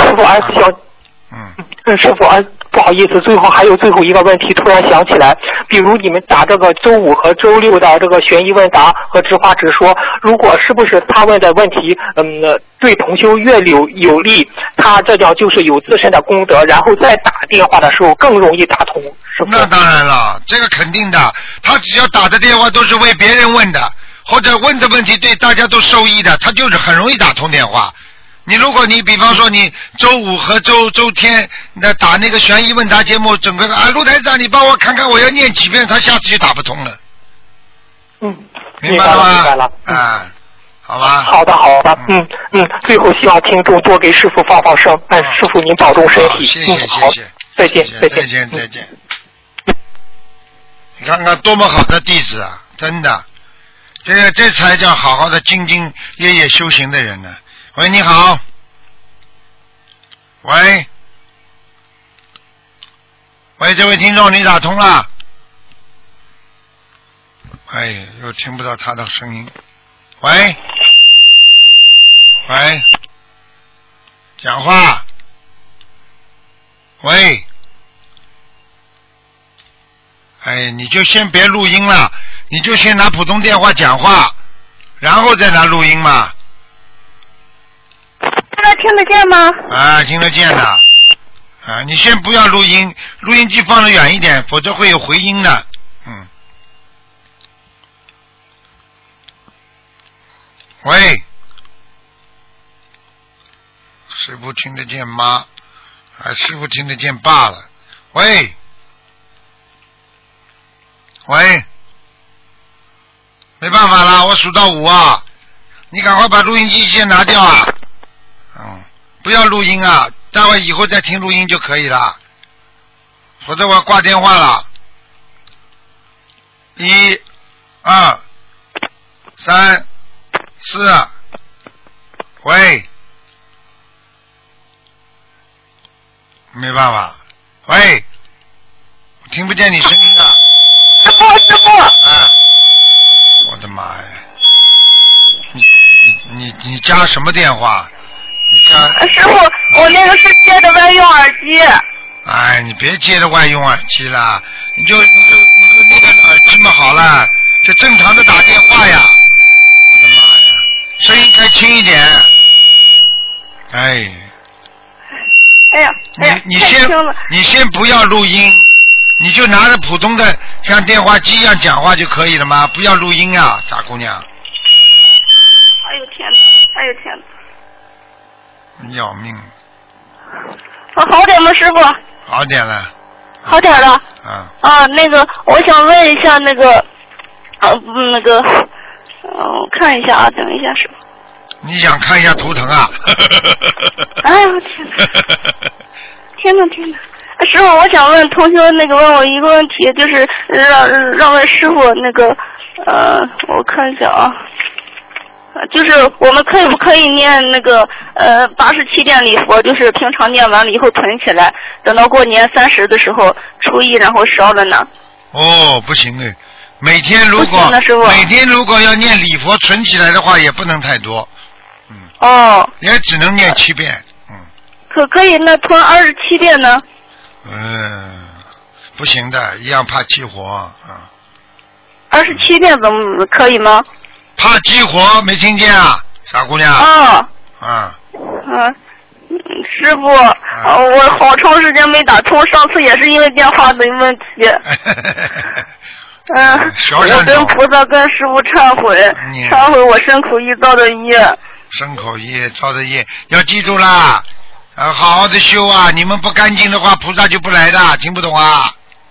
师父不好意思，最后一个问题突然想起来，比如你们打这个周5和周6的这个悬疑问答和直话直说，如果是不是他问的问题对同修越有利，他这叫就是有自身的功德，然后再打电话的时候更容易打通，是不是？
那当然了，这个肯定的，他只要打的电话都是为别人问的，或者问的问题对大家都受益的，他就是很容易打通电话。如果你比方说你周5和周天打那个悬疑问答节目，整个陆台长你帮我看看我要念几遍，他下次就打不通了。明白了吗？
明白了。
好吧。
好的。最后希望听众多给师父放生，师父您保重身体。
谢谢。
再见。
你看看多么好的弟子啊，真的，这才叫好好的兢兢业业修行的人呢。喂，你好。喂，这位听众，你打通了？又听不到他的声音。喂，讲话。喂， 哎，你就先别录音了，你就先拿普通电话讲话，然后再拿录音嘛。
现在听得见吗？
啊，听得见的。啊，你先不要录音，录音机放得远一点，否则会有回音的。嗯。喂，师傅听得见妈，师傅听得见爸了。喂，喂，没办法啦，我数到5啊，你赶快把录音机先拿掉啊。不要录音啊，待会以后再听录音就可以了，否则我要挂电话了。1、2、3、4，喂，没办法，喂，我听不见你声音啊。
师傅。
啊，我的妈呀！你加什么电话？
师傅，我那个是接的外用耳机。
哎，你别接着外用耳机了，你就那个耳机嘛好了，就正常的打电话呀。我的妈呀，声音开轻一点。哎。
哎呀，
你先不要录音，你就拿着普通的像电话机一样讲话就可以了吗？不要录音啊，傻姑娘。
哎呦天，哎呦天。
要命！
好点吗，师傅？
好点了。
好点了。那个，我想问一下那个，我看一下啊，等一下，师傅。
你想看一下图腾啊？
哎呦天哪！天哪！师傅，我想问同学那个问我一个问题，就是让问师傅那个我看一下啊。就是我们可不可以念那个87遍礼佛，就是平常念完了以后存起来，等到过年30的时候初一然后烧了呢？
哦，不行哎，每天如果要念礼佛存起来的话，也不能太多。
哦。
也只能念7遍。
可以那存27遍呢？
不行的，一样怕激活。
27遍怎么可以吗？
怕激活，没听见啊，傻姑娘。
师傅，我好长时间没打通，上次也是因为电话的问题。我跟菩萨跟师傅忏悔我身口意造的业。
身口业造的业，要记住啦，好好的修啊！你们不干净的话，菩萨就不来的，听不懂啊？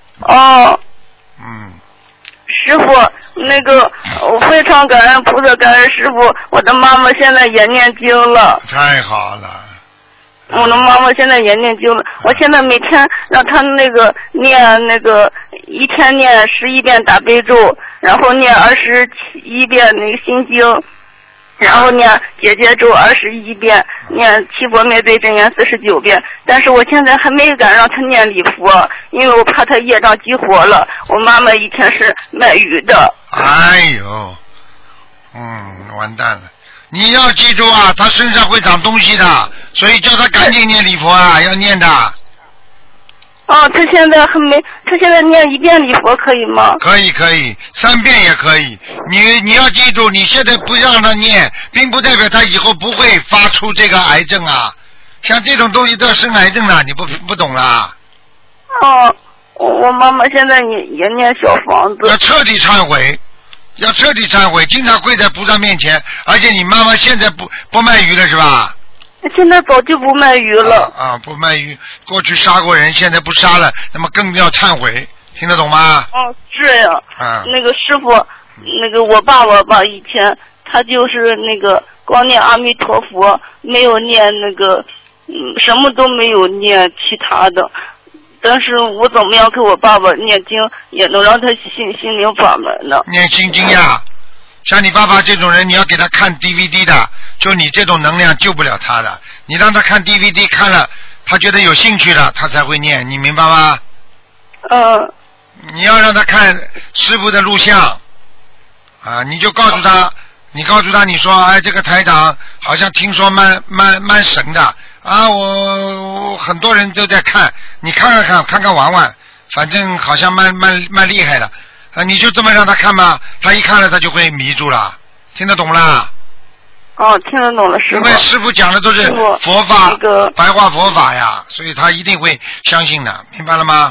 师傅，那个我非常感恩菩萨，感恩师傅。我的妈妈现在也念经了。
太好了。
我的妈妈现在也念经了，我现在每天让她那个念那个一天念11遍大悲咒，然后念21遍那个心经，然后念解结咒21遍，念七佛灭罪真言49遍。但是我现在还没敢让她念礼佛，因为我怕她业障激活了。我妈妈以前是卖鱼的。
哎呦，完蛋了！你要记住啊，她身上会长东西的，所以叫她赶紧念礼佛啊，要念的。
她现在她现在念1遍礼佛可以吗？
可以，3遍也可以。你要记住，你现在不让她念，并不代表她以后不会发出这个癌症啊。像这种东西都要生癌症了，你不懂啦。
我妈妈现在也念小房子。
要彻底忏悔，经常跪在菩萨面前。而且你妈妈现在不卖鱼了是吧？
现在早就不卖鱼了。
不卖鱼，过去杀过人，现在不杀了，那么更要忏悔，听得懂吗？
是呀。那个师傅，那个我爸爸吧，以前他就是那个光念阿弥陀佛，没有念那个什么都没有念其他的。但是我怎么样给我爸爸念经，也能让他心灵法门呢？
念心经呀，像你爸爸这种人，你要给他看 DVD 的，就你这种能量救不了他的。你让他看 DVD 看了，他觉得有兴趣了，他才会念，你明白吗？你要让他看师父的录像你就告诉他，你说，哎，这个台长好像听说蛮神的我很多人都在看，你看看玩玩， 反正好像蛮厉害的啊，你就这么让他看吧，他一看了他就会迷住了，听得懂啦？
哦，听得懂了，师傅。
因为师傅讲的都是佛法，那个白话佛法呀，所以他一定会相信的，明白了吗？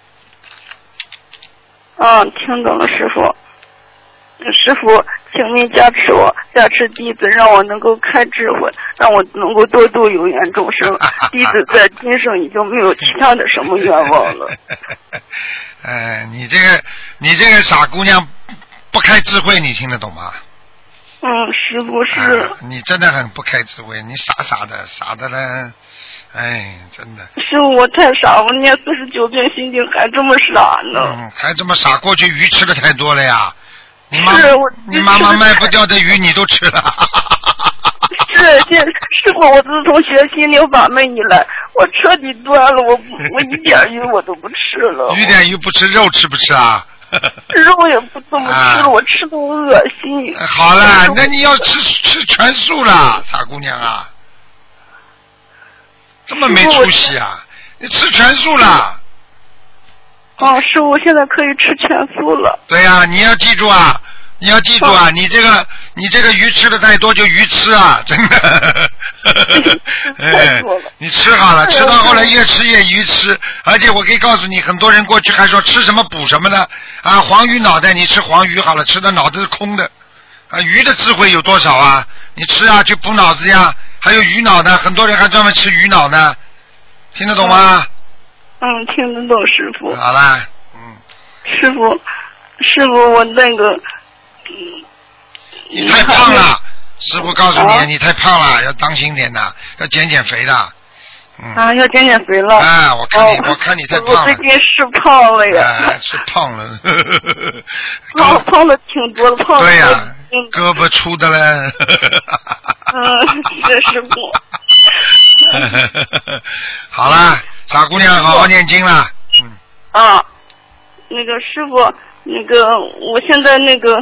听懂了，师傅。师傅，请您加持我，加持弟子，让我能够开智慧，让我能够多度有缘众生。弟子在今生已经没有其他的什么愿望了。
你这个傻姑娘不开智慧，你听得懂吗？
师傅是。
你真的很不开智慧，你傻的呢。哎，真的。
师傅，我太傻，我念49遍心经还这么傻呢。
还这么傻，过去鱼吃的太多了呀。你妈妈卖不掉的鱼你都吃了。
是，师傅，我自从学心灵法门以来，我彻底断了，我一点鱼我都不吃了。
一点鱼不吃，肉吃不吃啊？
肉也不怎么吃了，我吃的恶心。
好了，那你要吃全素了，傻姑娘啊，这么没出息啊！你吃全素了。
师傅，现在可以吃全素了。
对呀，你要记住啊，你这个鱼吃的太多就鱼吃啊，真的。你吃好了，吃到后来越吃越鱼吃，而且我可以告诉你，很多人过去还说吃什么补什么呢？黄鱼脑袋，你吃黄鱼好了，吃的脑子是空的。鱼的智慧有多少啊？你吃啊，去补脑子呀。还有鱼脑呢，很多人还专门吃鱼脑呢，听得懂吗？
听得懂，师傅。
好啦，
师傅，我那个，
你太胖了，师傅告诉你，你太胖了，要当心点的，要减肥的。
要减肥了。
我看你太胖了。
我最近是胖了呀。
是胖了。
胖的挺多的，胖的。
对呀，胳膊粗的嘞。
是师傅。
好啦，傻姑娘，好好念经啦。
那个师傅，那个我现在那个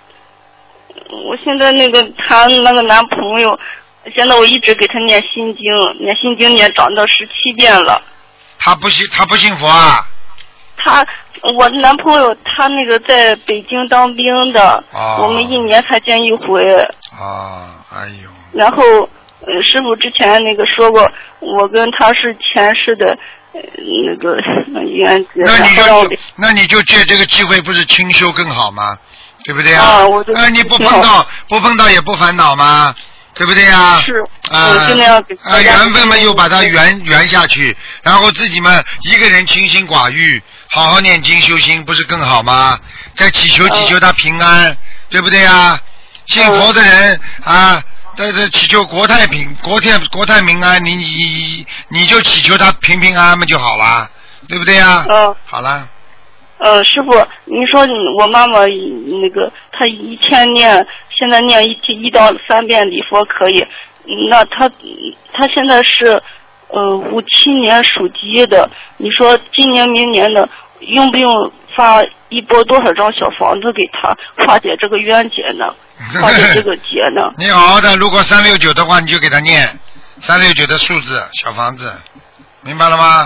谈那个男朋友，现在我一直给他念心经，念长到17遍了。
他不信佛啊？
我男朋友他那个在北京当兵的，我们1年才见一回。
哎呦。
然后师傅之前那个说过，我跟他是前世的那个冤结。
那你就借这个机会，不是清修更好吗？对不对你不碰到也不烦恼吗？对不对呀？
是。我尽量给
缘分嘛，又把它圆下去，然后自己们一个人清心寡欲，好好念经修心，不是更好吗？再祈求他平安，对不对呀？信佛的人祈求国泰民安，你就祈求他平安嘛就好了，对不对呀？好了。
师傅，您说我妈妈那个她一天现在念1到3遍礼佛可以，那她现在是57年属鸡的，你说今年明年的用不用发一波多少张小房子给她化解这个冤结呢？化解这个结呢？
你好好的，如果369的话，你就给他念369的数字小房子，明白了吗？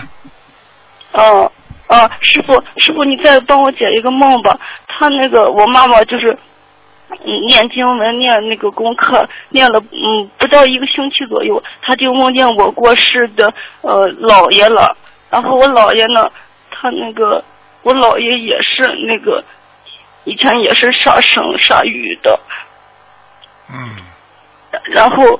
师傅，你再帮我解一个梦吧。他那个我妈妈就是念经文，念那个功课，念了不到1个星期左右，他就梦见我过世的姥爷了。然后我姥爷呢，我姥爷也是那个以前也是杀生杀鱼的。然后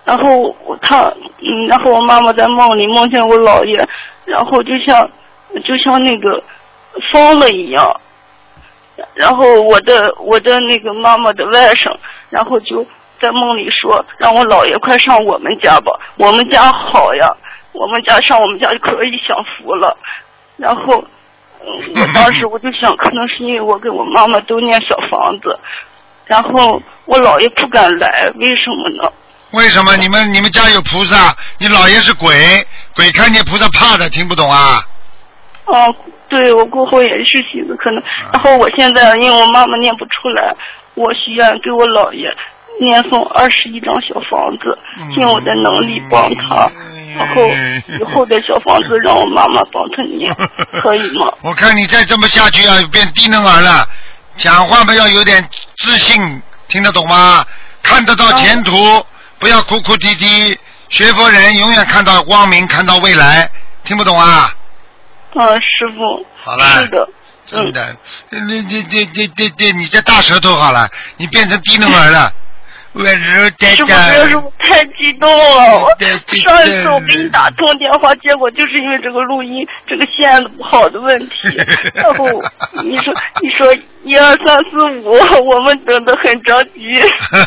我妈妈在梦里梦见我姥爷，然后就像那个疯了一样。然后我的那个妈妈的外甥，然后就在梦里说让我姥爷快上我们家吧，我们家好呀，上我们家就可以享福了。然后我当时我就想，可能是因为我跟我妈妈都念小房子，然后我姥爷不敢来，为什么呢？
为什么？你们家有菩萨，你姥爷是鬼看见菩萨怕的，听不懂啊？
对，我过后也是许的可能。然后我现在因为我妈妈念不出来，我许愿给我姥爷念诵21张小房子，尽我的能力帮他。 然后以后的小房子让我妈妈帮他念，可以吗？
我看你再这么下去要变低能儿了，讲话嘛要有点自信，听得懂吗？看得到前途，不要哭哭啼啼。学佛人永远看到光明，看到未来，听不懂啊？
师傅。
好了。
是的。
真的，你这大舌头好了，你变成低能儿了。
师傅，这是太激动了！上一次我给你打通电话，结果就是因为这个录音这个线不好的问题。然后你说1、2、3、4、5，我们等得很着急。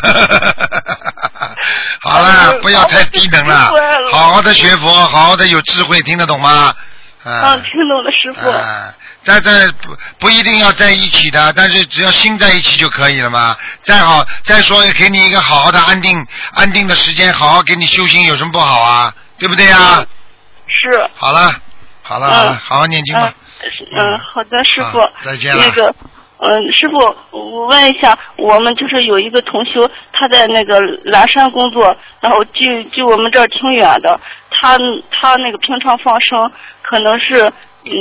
好了，不要太低能了，好好的学佛，好好的有智慧，听得懂吗？
听懂了，师傅。
在不一定要在一起的，但是只要心在一起就可以了嘛。再说也给你一个好好的安定的时间，好好给你修行，有什么不好啊？对不对啊？
是。
好了，好好念经吧。
好的，师傅。
再见了。
那个，师傅，我问一下，我们就是有一个同修，他在那个蓝山工作，然后距我们这儿挺远的，他那个平常放生可能是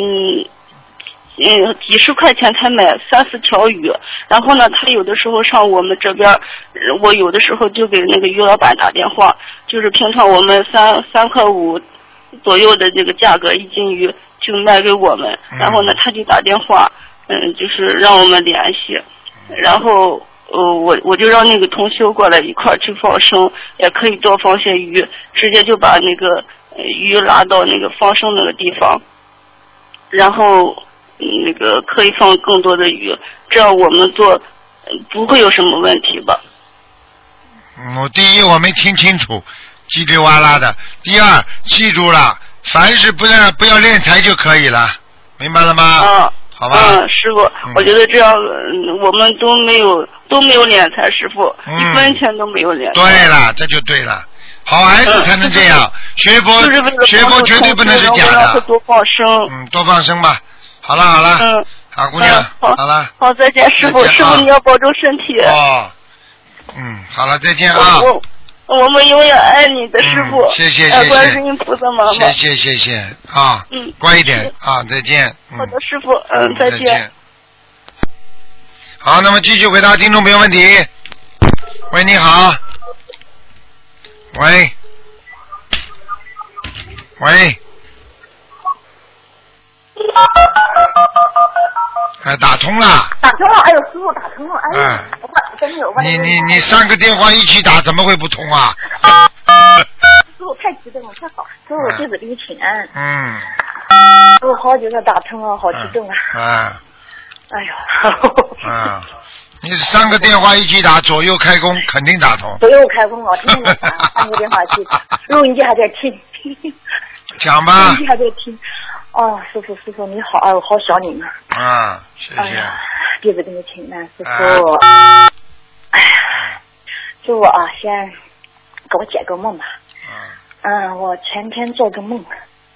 几十块钱才买3、4条鱼，然后呢，他有的时候上我们这边，我有的时候就给那个鱼老板打电话，就是平常我们3块5左右的这个价格1斤鱼就卖给我们，然后呢，他就打电话，就是让我们联系，然后我就让那个同修过来一块儿去放生，也可以多放些鱼，直接就把那个鱼拉到那个放生那个地方，然后那个可以放更多的鱼，这样我们做不会有什么问题吧？
第一我没听清楚，叽里哇啦的。第二，记住了，凡是不要敛财就可以了，明白了吗？好吧。
师傅，我觉得这样我们都没有敛财，师傅，1分钱都没有敛财。
对了，这就对了。好孩子才能这样，学佛绝对不能是假的。
多放生。
多放生吧。好了。好姑娘，好了。
好，再见，师傅，师傅你要保重身体。
好了，再见啊。
我们永远爱你的师傅。
谢谢。
观世音菩萨妈妈。
谢谢啊。乖一点啊，再见。
好的，师傅，再见。
好，那么继续回答听众朋友问题。喂，你好。喂。打通了。
哎呦，师傅打通了，哎呀，我真的有问题。
你3个电话一起打，怎么会不通啊？
师傅太激动了，太好，师傅弟子给你请安。我好久没打通了，好激动啊。哎呀。
你3个电话一起打，左右开弓，肯定打通。
左右开弓，我天天打3个电话去，录音机还在听。
讲吧。
录音机还在听。师傅你好，我好想你
啊。谢谢。
弟子给你请安，师傅。师傅啊，先给我解个梦吧。我前天做个梦。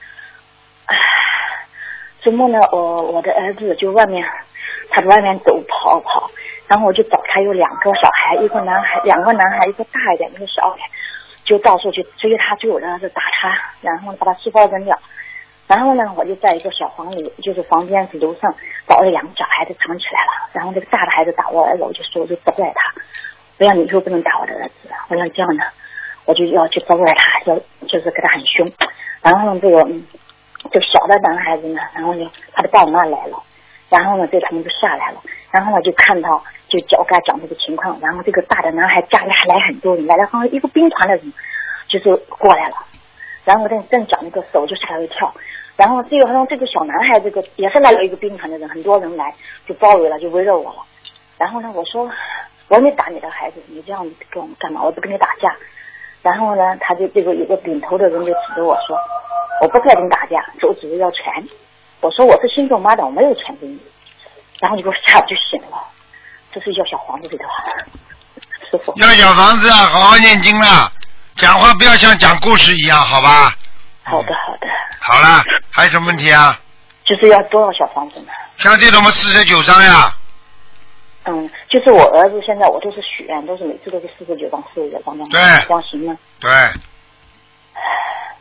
做梦呢，我的儿子就他在外面跑，然后我就找他，有2个小孩，2个男孩，一个大一点，一个小一点，就到处去追他，追我的儿子打他，然后把他书包扔掉。然后呢，我就在一个小房里，就是房间是楼上，把我的2个小孩子藏起来了。然后这个大的孩子打我儿子，我就责怪他，我要你以后不能打我的儿子，我要这样的，我就要去责怪他，就是给他很凶。然后呢，这小的男孩子呢，然后呢，他的爸爸妈妈来了，然后呢，他们就下来了，然后呢，就看到就跟他讲这个情况，然后这个大的男孩家里还来很多人，来了好像一个兵团的人，就是过来了。然后正讲那个手就吓了一跳，然后好像这个小男孩也是来了一个兵团的人，很多人来就包围了，就围绕我了。然后呢，我说没打你的孩子，你这样跟我们干嘛？我不跟你打架。然后呢，他就有个领头的人就指着我说，我不该跟你打架，手指着要钱。我说我是新手妈的，我没有钱给你。然后就给我吓得就醒了。这是要小房子里的话，师傅。
要小房子啊，好好念经了。讲话不要像讲故事一样，好吧？
好的。
好了，还有什么问题啊？
就是要多少小房子呢？
像这种49张呀。
就是我儿子现在我都是许愿，都是每次都是49张，49张，
对，
这样行吗？
对。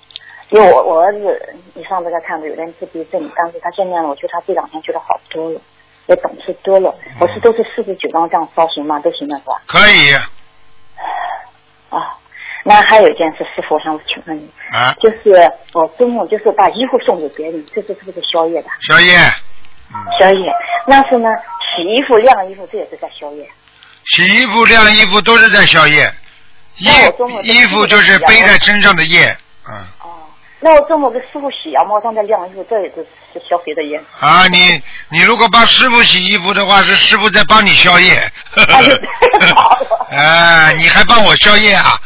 因为我儿子，你上次看到有点自闭症，但是他现在我觉得他这2天觉得好多了，也懂事多了。我是都是49张这样烧行吗？都行了是吧？
可以。
啊，那还有一件事，师傅，我想请问你，就是我周末就是把衣服送给别人，这是不是宵夜的？
宵夜。
宵夜，那是呢，洗衣服、晾衣服，这也是在宵夜。
洗衣服、晾衣服都是在宵夜。衣服就是背在身上的业。
那我周末给师傅洗羊毛衫在晾衣服，这也是消费的业。
啊，你如果帮师傅洗衣服的话，是师傅在帮你宵夜。你还帮我宵夜啊？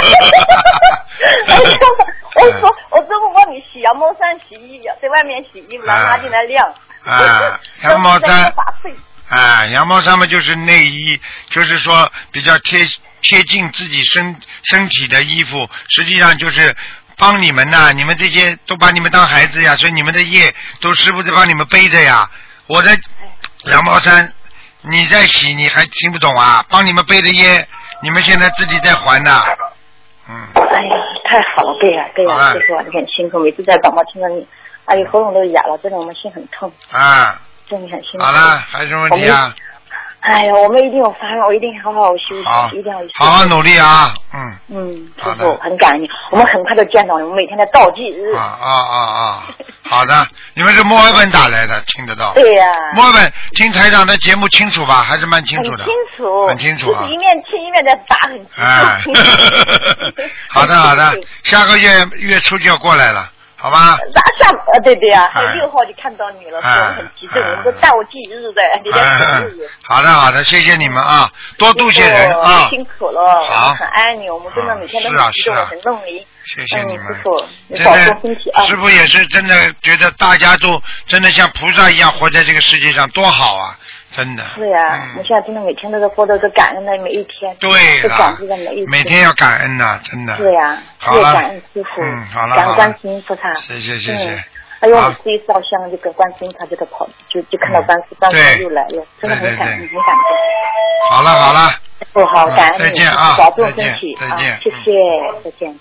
我说我周末帮你洗羊毛衫、洗衣服，在外面洗衣服，然后拿进来晾。
羊毛衫。羊毛衫嘛就是内衣，就是说比较贴近自己身体的衣服，实际上就是帮你们呐，你们这些都把你们当孩子呀，所以你们的业都师傅在帮你们背着呀。我的羊毛衫你在洗，你还听不懂啊？帮你们背的业，你们现在自己在还呐。
哎呀，太好了，对呀，师傅，你很辛苦，每次在广播听到你，哎呦，喉咙都哑了，真的我们心很痛。真的很辛苦。
好了，还有什么问题啊？
哎呀，我们一定有发愿，我一定好好休息，一定要
好好努力啊！
师傅很感恩你，我们很快就见到你，我们每天的倒计日。
好的，你们是墨尔本打来的，听得到？
对呀。
墨尔本听台长的节目清楚吧？还是蛮清楚的。很清楚啊。
就是一面听一面在打，很清楚。
好的，下个月初就要过来了。好吧，
对啊，还有6号就看到你了，所以我们很激动，我们都倒计日的，你在过日子。
好的，谢谢你们啊，多度些人啊，
辛苦了，好，很爱你，我们真的每天都很激动，很弄力。
谢谢你们，
师傅，你保重身体啊。
师傅也是真的觉得大家都真的像菩萨一样活在这个世界上，多好啊！真的
是呀，我们现在真的每天都在过着感恩的每一天，
对了，
感激的每一天，
每天要感恩呐，真的。
是呀，
好了，
感恩师傅，
好了，
感恩观世音菩萨，
谢谢。
哎呦，我自己烧香，这个观世音菩萨就跑，就看到观世音又来了，真的很感恩，很感动。
好了，
好，感恩你，
再见啊，
保重身体，
再见，
谢谢，再见。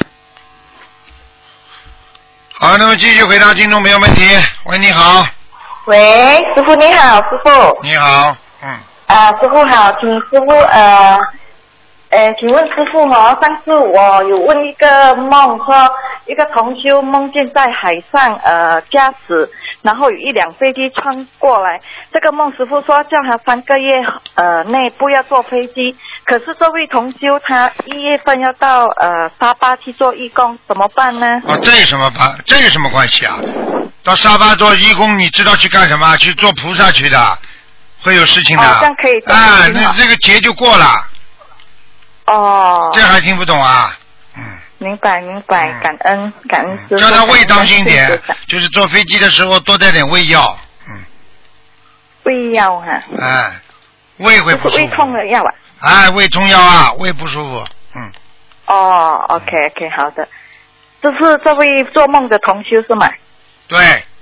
好，那么继续回答听众朋友问题。喂，你好。
喂，师傅你好，师傅。
你好，
师傅好，请师傅请问师傅上次我有问一个梦，说一个同修梦见在海上驾驶，然后有一辆飞机穿过来。这个梦师傅说叫他3个月内不要坐飞机，可是这位同修他1月份要到沙巴去做义工，怎么办呢？
这有什么关系啊？到沙巴做义工，你知道去干什么？去做菩萨去的，会有事情的。
这样可以。
那这个劫就过了。这还听不懂啊？
明白，感恩师父。
叫他胃当心点，就是坐飞机的时候多带点胃药。
胃药哈。
胃会不舒服。
胃痛的药啊。
胃痛药啊，胃不舒服。
OK， 好的。这是这位做梦的同修是吗？
对。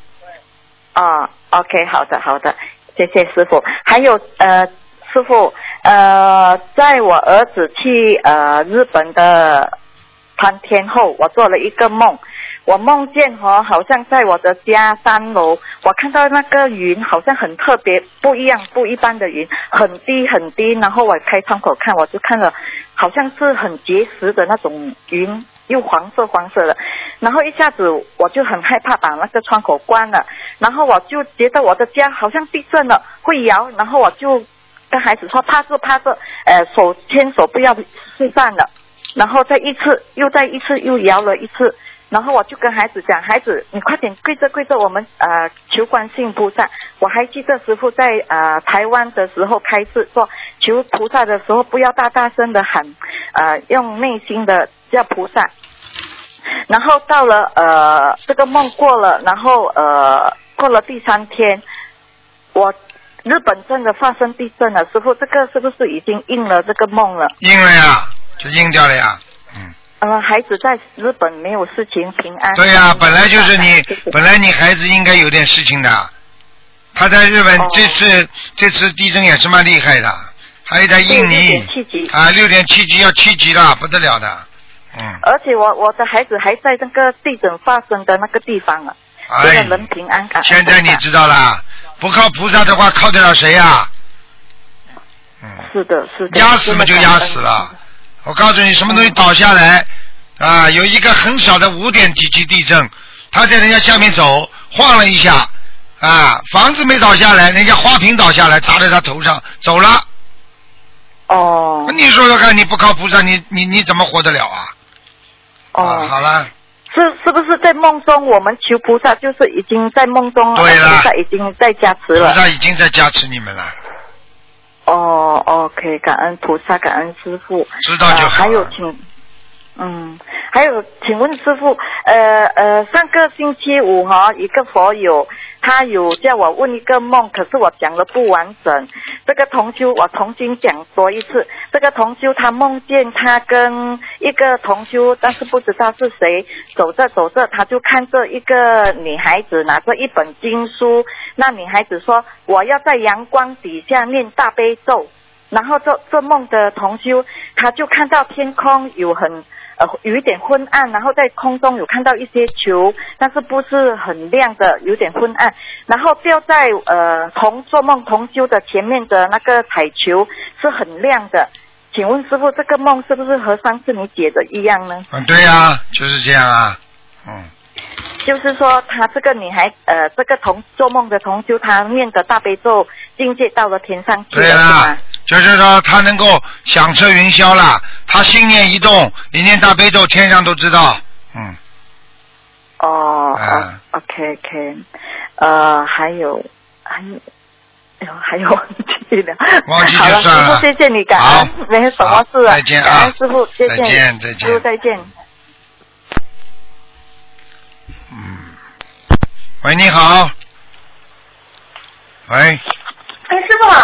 OK， 好的，谢谢师父。还有师父，在我儿子去日本的3天后，我做了一个梦，我梦见好像在我的家3楼，我看到那个云好像很特别，不一般的云，很低，然后我开窗口看，我就看了好像是很结实的那种云，又黄色的，然后一下子我就很害怕，把那个窗口关了，然后我就觉得我的家好像地震了，会摇，然后我就跟孩子说趴着，手牵手不要睡散了，然后再一次又摇了一次，然后我就跟孩子讲，孩子你快点跪着，我们求观世音菩萨。我还记得师父在台湾的时候开示说，求菩萨的时候不要大声的喊，用内心的叫菩萨。然后到了这个梦过了，然后过了第3天，日本真的发生地震了，师父，这个是不是已经应了这个梦了？
应了呀，就应掉了呀。
孩子在日本没有事情，平安。
对呀，本来你孩子应该有点事情的。他在日本这次地震也是蛮厉害的，还有在印尼
6.7级
6.7级要7级了，不得了的。
而且我的孩子还在那个地震发生的那个地方啊，这个人平安感。
现在你知道了，不靠菩萨的话，靠得了谁呀？
是的，是的。
压死嘛就压死了。我告诉你，什么东西倒下来啊？有一个很小的5点几级地震，他在人家下面走，晃了一下啊，房子没倒下来，人家花瓶倒下来，砸在他头上，走了。你说说看，你不靠菩萨，你怎么活得了啊？好了。
是不是在梦中我们求菩萨，就是已经在梦中，
对了，
菩萨已经在加持了。
菩萨已经在加持你们了。
OK， 感恩菩萨，感恩师父。
知道就好。
还有请问师父，上个星期五一个佛友他有叫我问一个梦，可是我讲了不完整。这个同修我重新讲多一次。这个同修他梦见他跟一个同修，但是不知道是谁，走着走着他就看着一个女孩子拿着一本经书，那女孩子说我要在阳光底下念大悲咒。然后这梦的同修他就看到天空有一点昏暗，然后在空中有看到一些球，但是不是很亮的，有点昏暗，然后掉在做梦同修的前面的那个彩球是很亮的。请问师父，这个梦是不是和上次你解的一样呢？
对啊，就是这样啊。
就是说他这个女孩这个做梦的同修他念的大悲咒境界到了天上去了。对
啦，就是说他能够响彻云霄了，他心念一动，你念大悲咒天上都知道。
OK， 还有忘记了。
忘记就算了。
好了，师父谢谢你，感恩，没什么事了。
再见啊！
感恩师父，谢谢你。
再见。
师父再见。
喂，你好。喂。
师傅好。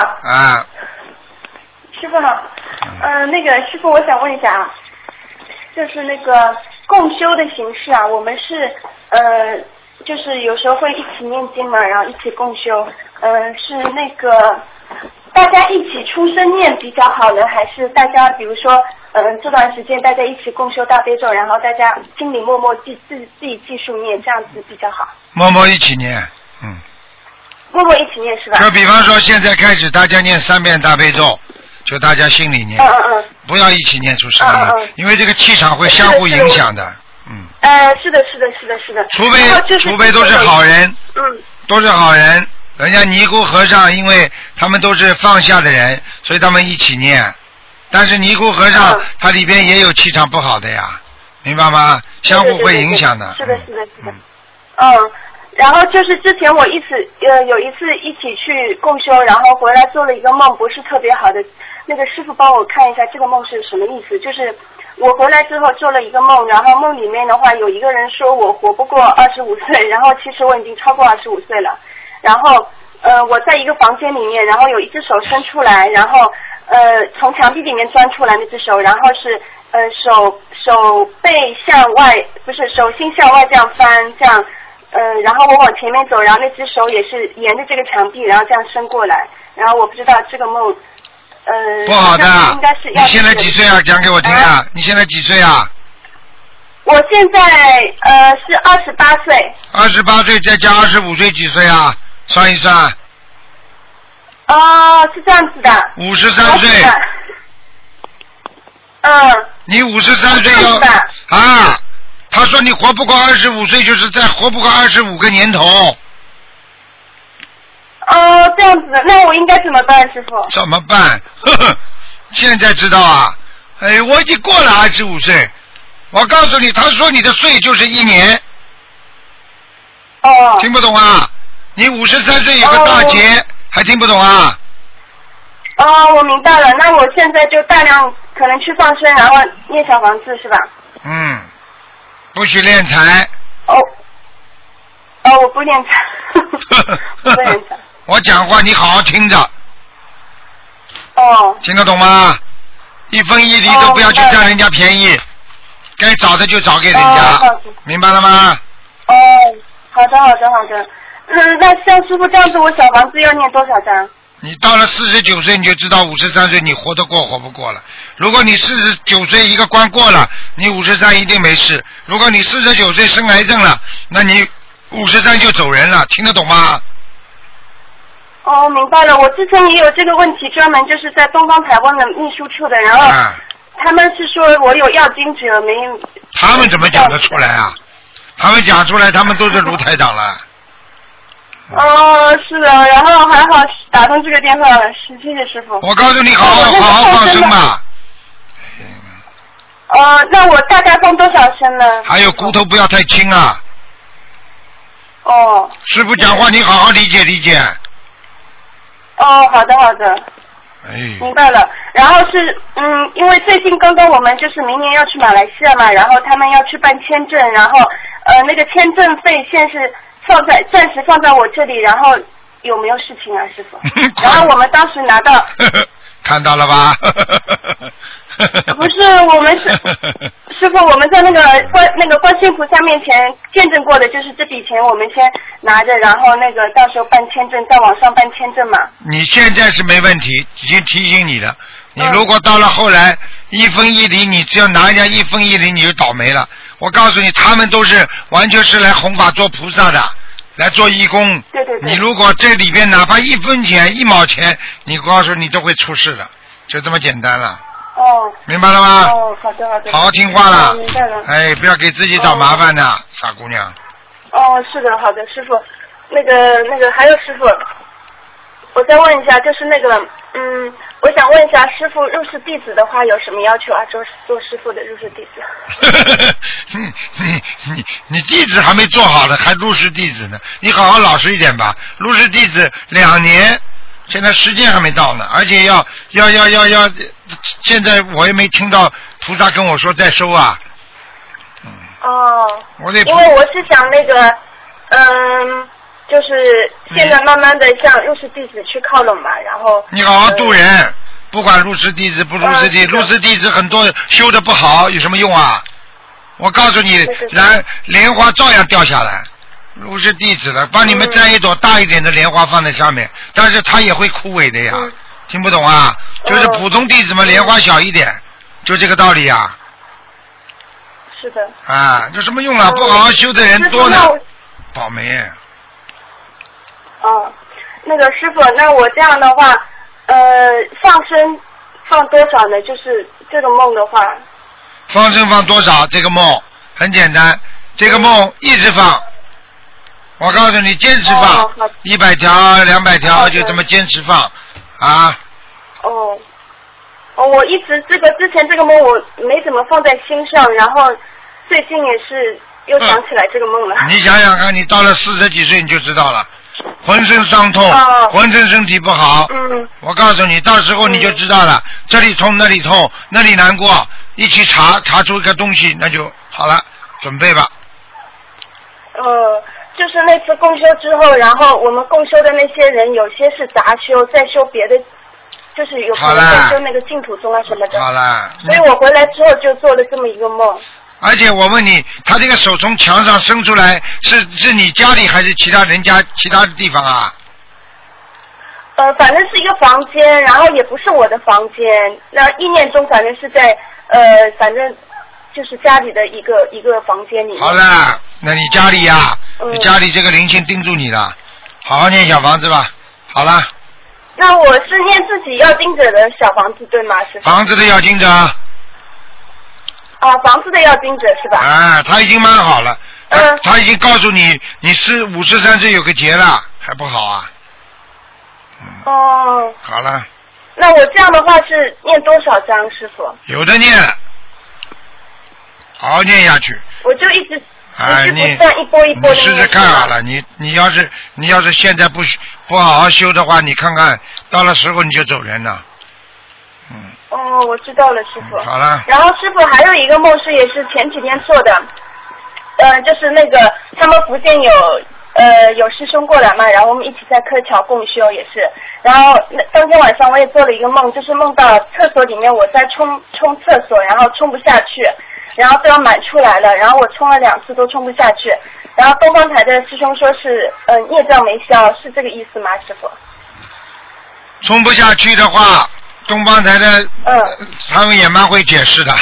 师傅好。那个师傅，我想问一下啊，就是那个共修的形式啊，我们是就是有时候会一起念经嘛，然后一起共修，是那个大家一起出声念比较好呢，还是大家比如说这段时间大家一起共修大悲咒，然后大家心里默默自己计数念，这样子比较好？
默默一起念。
默默一起念是吧？
就比方说现在开始大家念3遍大悲咒，就大家心里念，不要一起念出声音，因为这个气场会相互影响的。
是的。
除非都是好人，都是好人。人家尼姑和尚，因为他们都是放下的人，所以他们一起念。但是尼姑和尚他里边也有气场不好的呀，明白吗？相互会影响的。
是的。然后就是之前我有一次一起去共修，然后回来做了一个梦，不是特别好的。那个师傅帮我看一下这个梦是什么意思。就是我回来之后做了一个梦，然后梦里面的话有一个人说我活不过25岁，然后其实我已经超过25岁了。然后我在一个房间里面，然后有一只手伸出来，然后从墙壁里面钻出来那只手，然后是手背向外，不是手心向外这样翻，这样然后我往前面走，然后那只手也是沿着这个墙壁，然后这样伸过来，然后我不知道这个梦
不好的。
应该是要。
你现在几岁啊？讲给我听啊！你现在几岁啊？
我现在是28岁。
28岁再加25岁几岁啊？算一算。
是这样子的。
53岁。你53岁要啊？他说你活不过25岁，就是再活不过25个年头。
这样子的，那我应该怎么办，师傅？
怎么办？现在知道啊？我已经过了25岁。我告诉你，他说你的岁就是1年。听不懂啊？你53岁有个大劫，还听不懂啊？
我明白了。那我现在就大量可能去放生，然后念小房子是吧？
不许敛财。
我不敛财。不敛财。
我讲话你好好听着。听得懂吗？1分1厘都不要去占人家便宜，该找的就找给人家，明白了吗？
好的。那像师傅这样子，我小房子要念多少张？
你到了49岁，你就知道53岁你活得过活不过了。如果你49岁一个关过了，你53一定没事。如果你49岁生癌症了，那你53就走人了，听得懂吗？
哦，明白了。我之前也有这个问题，专门就是在东方台湾的秘书处的，然后他们是说我有要经者没。
他们怎么讲得出来啊？他们讲出来，他们都是卢台长了。
哦，是的，然后还好打通这个电话了，谢谢师傅。
我告诉你，好好放生吧。
那我大概放多少升呢？
还有骨头不要太轻啊。
哦。
师傅讲话你好好理解理解。
哦，好的好的。
哎。
明白了。然后是因为最近刚刚我们就是明年要去马来西亚嘛，然后他们要去办签证，然后那个签证费现在是暂时放在我这里，然后有没有事情啊，师傅？然后我们当时拿到。
看到了吧？
不是，我们是师傅，我们在那个观世音菩萨面前见证过的，就是这笔钱我们先拿着，然后那个到时候办签证，在网上办签证嘛。你
现在是没问题，已经提醒你了。你如果到了后来一分一厘，你只要拿人家一分一厘，你就倒霉了。我告诉你，他们都是完全是来弘法做菩萨的。来做义工，
对对对。
你如果这里边哪怕1分钱、1毛钱，你告诉你都会出事的，就这么简单了。
哦。
明白了吗？
哦，好的好的。
好好听话了。
明白了。
哎，不要给自己找麻烦的，傻姑娘。
哦，是的，好的，师傅。那个还有师傅，我再问一下，就是那个我想问一下师傅，入室弟子的话有什么要求啊？做师傅的入室弟子。
你弟子还没做好的，还入室弟子呢？你好好老实一点吧。入室弟子2年，现在时间还没到呢，而且要，现在我也没听到菩萨跟我说再收啊。
哦。因为我是想那个，就是现在慢慢的向入室弟子去靠拢嘛，然后。
你好好度人，不管入室弟子不入室弟子，入室弟子很多修的不好，有什么用啊？我告诉你，莲花照样掉下来。入室弟子了，帮你们摘一朵大一点的莲花放在上面，但是它也会枯萎的呀。听不懂啊？就是普通弟子嘛，莲花小一点，就这个道理啊。
是的。
啊，有什么用啊？不好好修的人多呢，倒霉。
哦，那个师傅，那我这样的话，放生放多少呢？就是这个梦的话。
放生放多少？这个梦很简单，这个梦一直放。我告诉你，坚持放，100条、200条，就这么坚持放，啊。
哦，我一直之前这个梦我没怎么放在心上，然后最近也是又想起来这个梦了。
你想想看，你到了40几岁你就知道了。浑身伤痛，浑身身体不好。我告诉你，到时候你就知道了，这里痛那里痛，那里难过，一起查出一个东西，那就好了，准备吧。
就是那次共修之后，然后我们共修的那些人，有些是杂修，在修别的，就是有可能在修那个净土宗啊什么的。
好了。
所以我回来之后就做了这么一个梦。
而且我问你，他这个手从墙上伸出来，是你家里还是其他人家其他的地方啊？
反正是一个房间，然后也不是我的房间。那意念中反正是在反正就是家里的一个房间里面。
好了，那你家里呀，你家里这个灵性盯住你了，好好念小房子吧。好了。
那我是念自己要经者的小房子对吗？是
房子的要经者。
房子的要经者是吧？
他已经蛮好了。他已经告诉你，你是53岁有个劫了，还不好啊？好了。
那我这样的话是念多少章，师傅？
有的念，好好念下去。
我就一直不断一波一波的念。
你试试看好了，你要是现在不好好修的话，你看看到了时候你就走人了。
我知道了，师傅。
好了。
然后师傅还有一个梦是也是前几天做的，就是那个他们福建有师兄过来嘛，然后我们一起在柯桥共修也是，然后当天晚上我也做了一个梦，就是梦到厕所里面我在冲厕所，然后冲不下去，然后都要满出来了，然后我冲了2次都冲不下去，然后东方台的师兄说是业障没消，是这个意思吗，师傅？
冲不下去的话，东方台的他们也蛮会解释的，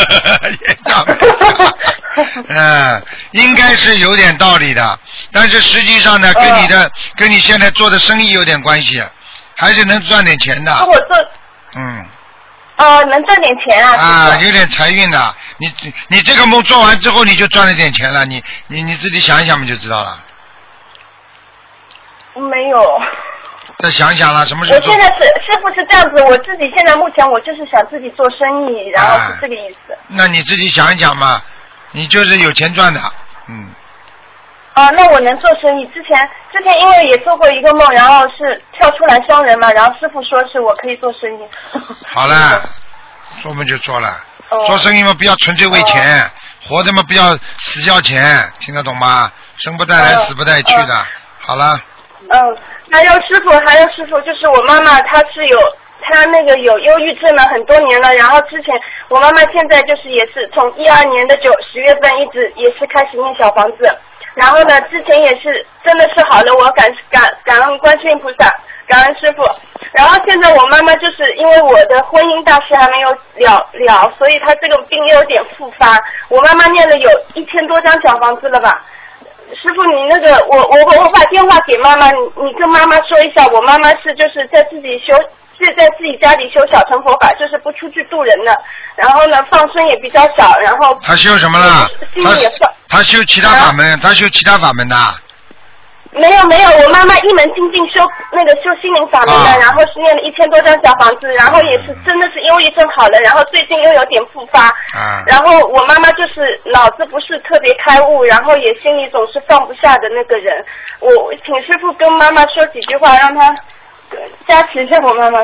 应该是有点道理的，但是实际上呢，跟你现在做的生意有点关系，还是能赚点钱的。
我做能赚点钱啊！
啊，有点财运的。你这个梦做完之后，你就赚了点钱了。你自己想一想嘛，就知道了。
没有。
再想想了，什么时候做？
我现在师傅是这样子，我自己现在目前我就是想自己做生意，然后是这个意思。
那你自己想一想嘛，你就是有钱赚的，
那我能做生意。之前因为也做过一个梦，然后是跳出来伤人嘛，然后师傅说是我可以做生意。
好了，做嘛就做了，做生意嘛不要纯粹为钱，活着嘛不要死要钱，听得懂吗？生不带来死不带去的。好了。
还有师傅，就是我妈妈她那个有忧郁症了很多年了，然后之前我妈妈现在就是也是从12年的10月份一直也是开始念小房子。然后呢，之前也是真的是好了，我感恩观世音菩萨，感恩师傅。然后现在我妈妈就是因为我的婚姻大事还没有了，所以她这个病又有点复发。我妈妈念了有1000多张小房子了吧？师傅，你那个我把电话给妈妈，你跟妈妈说一下，我妈妈是就是在自己家里修小乘佛法，就是不出去度人的。然后呢，放生也比较少，然后
他修什么了？他修其他法门，他修其他法门的。
没有，我妈妈一门精进修心灵法门的，然后是念了1000多张小房子，然后也是真的是忧郁症好了，然后最近又有点复发，然后我妈妈就是脑子不是特别开悟，然后也心里总是放不下的那个人。我请师傅跟妈妈说几句话，让她加持一下我妈妈。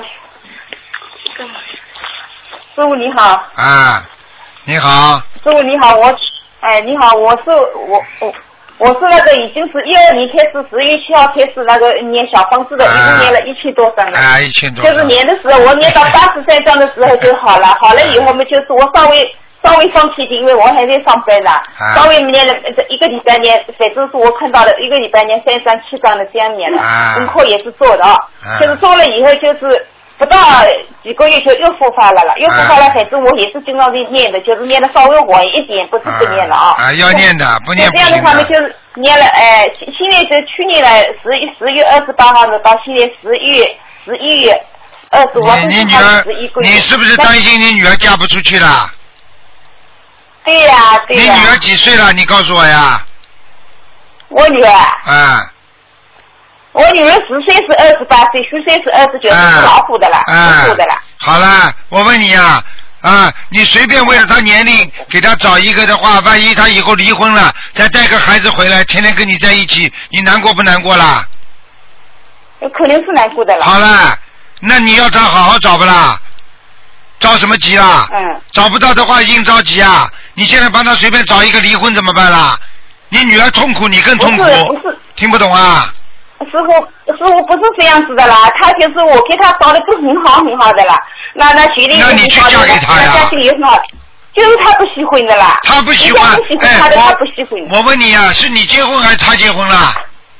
师傅你好。
你好。
师傅你好，你好，我是那个已经是12年开始11月7号开始那个念小房子的，已经念了1000多张了。
1000多。
就是念的时候，我念到83张的时候就好了，好了以后嘛，就是我稍微放弃的，因为我还在上班呢，稍微念了一个礼拜念，反正是我看到了一个礼拜念3、7张的这样念了，功课也是做的就是做了以后就是不到几个月就又复发了，反正我也是经常在念的，就是念的稍微晚一点，不是不念了
要念的，不念不行的。
这样的话呢，就是念了，现在就去年的10月28号的，到现在11月25号，
你女儿，你是不是担心你女儿嫁不出去了？
对呀。
你女儿几岁了？你告诉我呀。
我女儿。我女儿10岁是28岁，10岁是29岁，是老虎的了，属虎的了。
好了，我问你呀，你随便为了她年龄给她找一个的话，万一她以后离婚了，再带个孩子回来，天天跟你在一起，你难过不难过啦？
肯定是难过的了。
好了，那你要她好好找不啦？着什么急啦？找不到的话硬着急啊！你现在帮她随便找一个离婚怎么办啦？你女儿痛苦，你更痛苦。
不是。
听不懂啊？
师傅不是这样子的啦，他就是我给他找的都很好的啦，那学历也很好的，
那你去嫁给他呀？
家境也很好，就是他不喜欢的啦。
他不喜欢，
他不喜欢。
我问你啊，是你结婚还是他结婚了？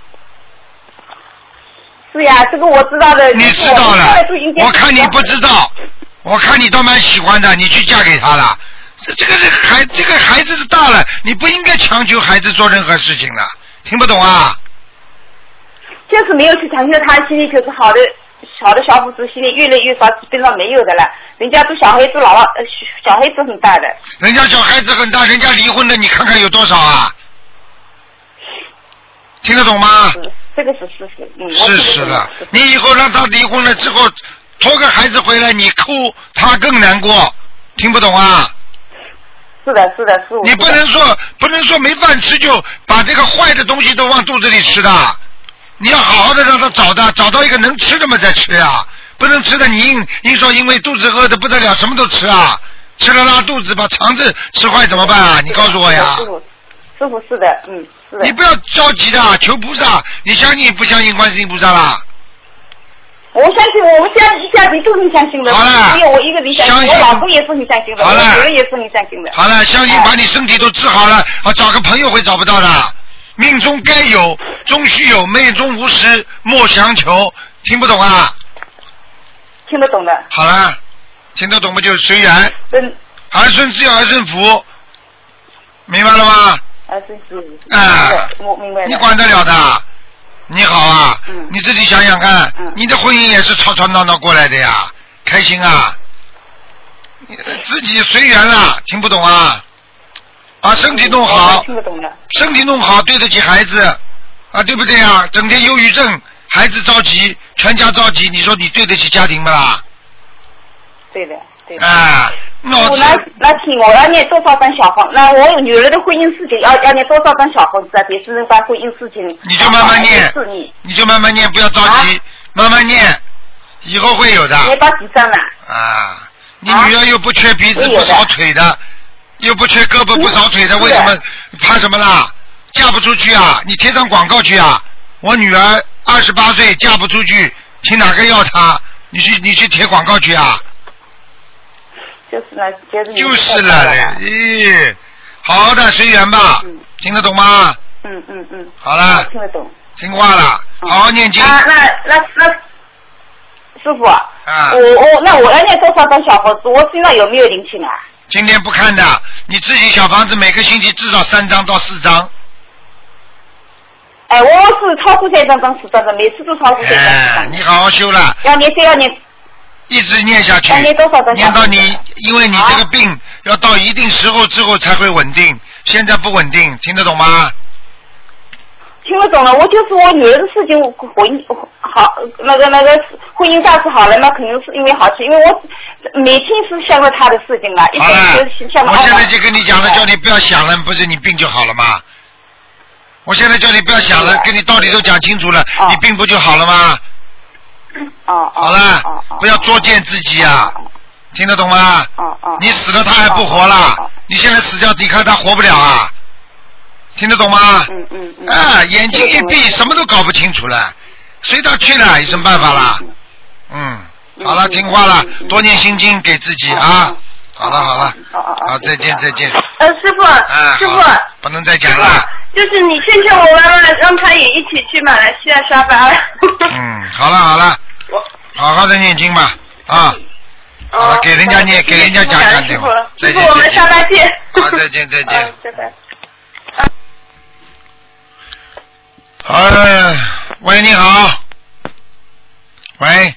是呀，这个我知道的。
你知道了，我看你不知道，我看你倒蛮喜欢的，你去嫁给他了。这个孩子是大了，你不应该强求孩子做任何事情的，听不懂啊？
就是没有去强求他，心里就是好的小伙子，心里越来越少，基本上没有的了。人家都小孩子小孩子很大的。
人家小孩子很大，人家离婚的，你看看有多少啊？听得懂吗？
这个是事实，
事实了。你以后让他离婚了之后，拖个孩子回来，你哭，他更难过。听不懂啊？
是的，
你不能说没饭吃就把这个坏的东西都往肚子里吃的。你要好好的让他找到一个能吃的嘛再吃呀，不能吃的你硬说因为肚子饿的不得了什么都吃啊，吃了拉肚子把肠子吃坏怎么办啊？你告诉我呀。
师傅是的，是的。
你不要着急的，求菩萨，你相信不相信观世音菩萨啦？
我相信，我们一家人都很相信的。
好了，
只有我一个人相信，我老公也是很相信的，
好了，
我人也是很相信的。
好了，相信把你身体都治好了，找个朋友会找不到的。命中该有终须有，命中无时莫强求。听不懂啊？
听得懂的。
好了，听得懂不就随缘。儿孙自有儿孙福，明白了吗？
儿孙福。我明白了。
你管得了的？你好啊，你自己想想看，你的婚姻也是吵吵闹闹过来的呀，开心啊？自己随缘了，听不懂啊？把身体弄好，
听得懂了。
身体弄好，对得起孩子啊，对不对啊？整天忧郁症，孩子着急，全家着急，你说你对得起家庭不啦？
对的，对的。
啊，
那请我要念多少张小房？那我女儿的婚姻事情要念多少张小房子啊？别是把婚姻事情。
你就慢慢念，你就慢慢念，不要着急，慢慢念，以后会有的。
念到几张了？
啊，你女儿又不缺鼻子不少腿的，又不缺胳膊不少腿的，为什么怕什么啦？嫁不出去啊？你贴上广告去啊！我女儿28岁嫁不出去，请哪个要她？你去贴广告去啊！就是了嘞，咦，好好的随缘吧，听得懂吗？好了，
听得懂，
听话了，好好念经。
那师傅啊，我要念多少张小房子？我身上有没有灵性啊？
今天不看的，你自己小房子每个星期至少3张到4张。
我是超过3张到4张的，每次都超过3张。
你好好修了。
要念。
一直念下去，念到你，因为你这个病要到一定时候之后才会稳定，现在不稳定，听得懂吗？
听得懂了，我就是我女儿的事情，好，那个婚姻大事好了，那肯定是因为好事，因为我每天是想着她的事情了，一天想着。
我现在就跟你讲了，叫你不要想了，不是你病就好了吗？我现在叫你不要想了，跟你道理都讲清楚了，你病不就好了吗？好了，不要作践自己啊，听得懂吗？你死了他还不活了，你现在死掉抵抗他活不了啊，听得懂吗？眼睛一闭什么都搞不清楚了，随他去了，有什么办法啦？好了，听话了，多念心经给自己啊。好了，好，再见。
师傅，
不能再讲了。
就是你劝劝我妈妈，让她也一起去马来西亚沙巴。
好了，好好的念经吧，啊。好了，给人家念，给人家讲电话。
师傅，我们沙巴见。
好，再见。
拜拜。
喂，你好。喂，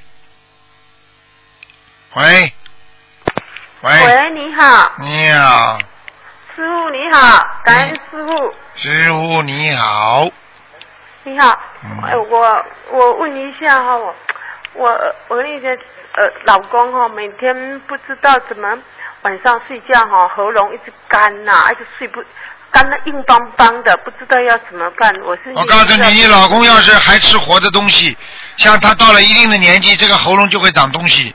你好。
你好。
师傅你好，感恩师傅。
师傅你好。
你好，我问一下哈，我那个老公哈，每天不知道怎么晚上睡觉哈，喉咙一直干呐，一直睡不干的硬邦邦的，不知道要怎么办。我
告诉你，你老公要是还吃活的东西，像他到了一定的年纪，这个喉咙就会长东西。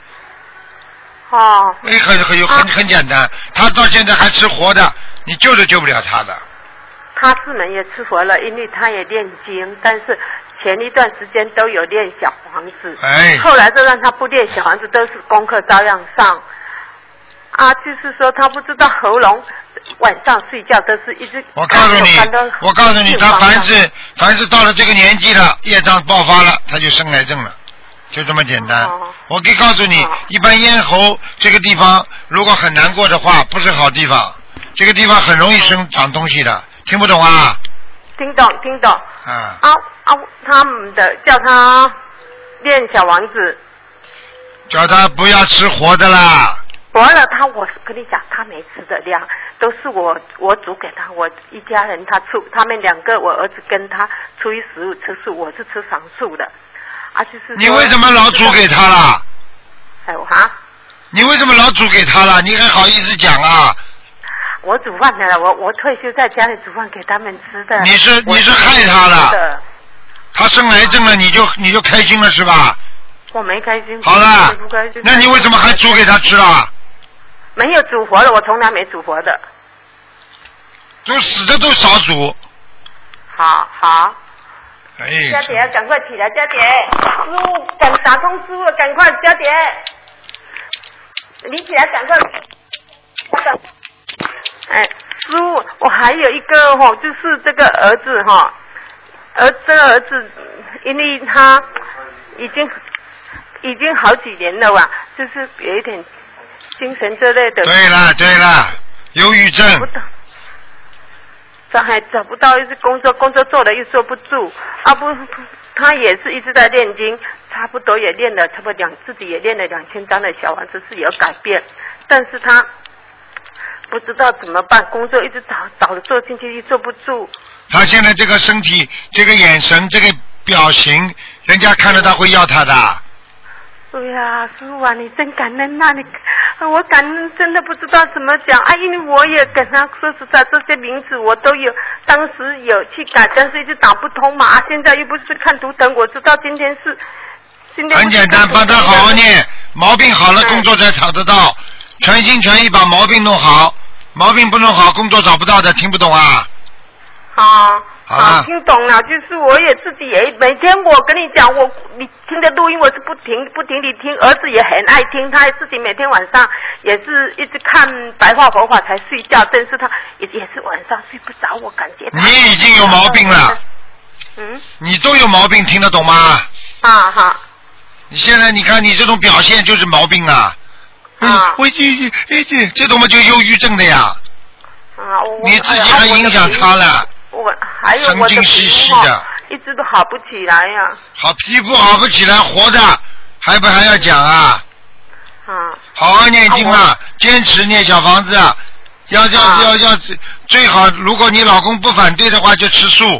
很简单，他到现在还吃活的，你救都救不了他的。
他自门也吃活了，因为他也念经，但是前一段时间都有练小房子，后来就让他不练小房子，都是功课照样上。就是说他不知道喉咙晚上睡觉都是一直。我告
诉你，他凡是到了这个年纪了，业障爆发了，他就生癌症了。就这么简单。我可以告诉你，一般咽喉这个地方如果很难过的话，不是好地方，这个地方很容易长东西的，听不懂啊？
听懂。他们的叫他练小王子，
叫他不要吃活的啦。
活了我跟你讲，他没吃的量都是我煮给他，我一家人他们2个，我儿子跟他初一15吃素，我是吃常素的。就是
你为什么老煮给他啦？你为什么老煮给他啦？你还好意思讲啊？
我煮饭的，我退休在家里煮饭给他们吃的。
你是害他了，他生癌症了，你就开心了是吧？
我没开心。
好了，那你为什么还煮给他吃啦？
没有煮活的，我从来没煮活的。
煮死的都少煮。
好。家姐，赶快起来，家姐，师傅打通师傅，赶快，家姐，你起来，赶快。师傅，我还有一个就是这个儿子这个儿子，因为他已经已经好几年了吧，就是有一点精神之类的。
对了，忧郁症。
这还找不到，一直工作做了又坐不住啊不，他也是一直在念经，差不多也练了差不多自己也练了2000张的小房子是有改变，但是他不知道怎么办，工作一直找着做进去又坐不住。
他现在这个身体、这个眼神、这个表情，人家看了他会要他的。
对呀，师父啊，你真感恩呐！我感恩真的不知道怎么讲啊，因为我也跟他说实在，这些名字我都有，当时有去改，但是一直打不通嘛。啊，现在又不是看图腾，我知道今天
很简单，帮他好好念，毛病好了，工作才找得到，全心全意把毛病弄好，毛病不弄好，工作找不到的，听不懂啊？
好，听懂了，就是我也自己也每天我跟你讲，你听的录音我是不停地听，儿子也很爱听，他自己每天晚上也是一直看白话佛法才睡觉，但是他也是晚上睡不着，我感觉
你已经有毛病了，你都有毛病，听得懂吗？
好，
你现在你看你这种表现就是毛病啊，这种嘛就忧郁症的呀，你自己还影响他了。
还有我的皮肤一直都好不起来呀。
皮肤好不起来，活着还要讲啊？好好念经啊，坚持念小房子，要最好，如果你老公不反对的话，就吃素。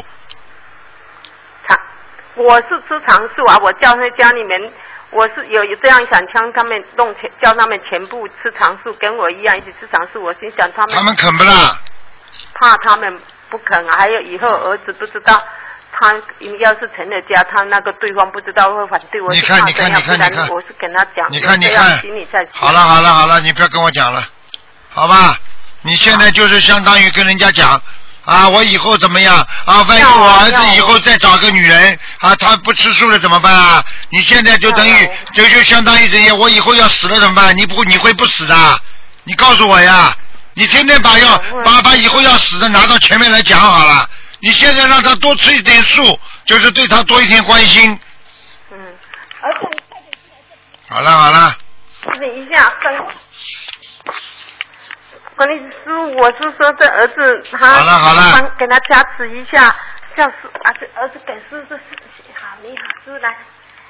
我是吃长素啊，我叫在家里面，我是有这样想将他们叫他们全部吃长素，跟我一样一起吃长素。我心想他
们肯不啦？
怕他们不肯，还有以后儿子不知道，他要是成了家，他那个对方不知道会反对我。
你看，
我是跟他讲，
你看，
心里在。
好了，你不要跟我讲了，好吧？你现在就是相当于跟人家讲啊，我以后怎么样啊？万一我儿子以后再找个女人啊，他不吃素了怎么办啊？你现在就等于就相当于这些，我以后要死了怎么办？你会不死的？你告诉我呀！你天天把以后要死的拿到前面来讲好了。你现在让他多吃一点素，就是对他多一点关心。好了。
等一下，跟你说，我是说这儿子他
好了，
给他加持一下，叫师啊，这儿子给师傅好，你好，师傅来，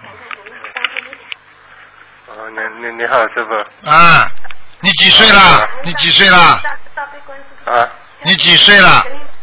你好，师傅。
啊。你几岁了？你几岁了？你几岁了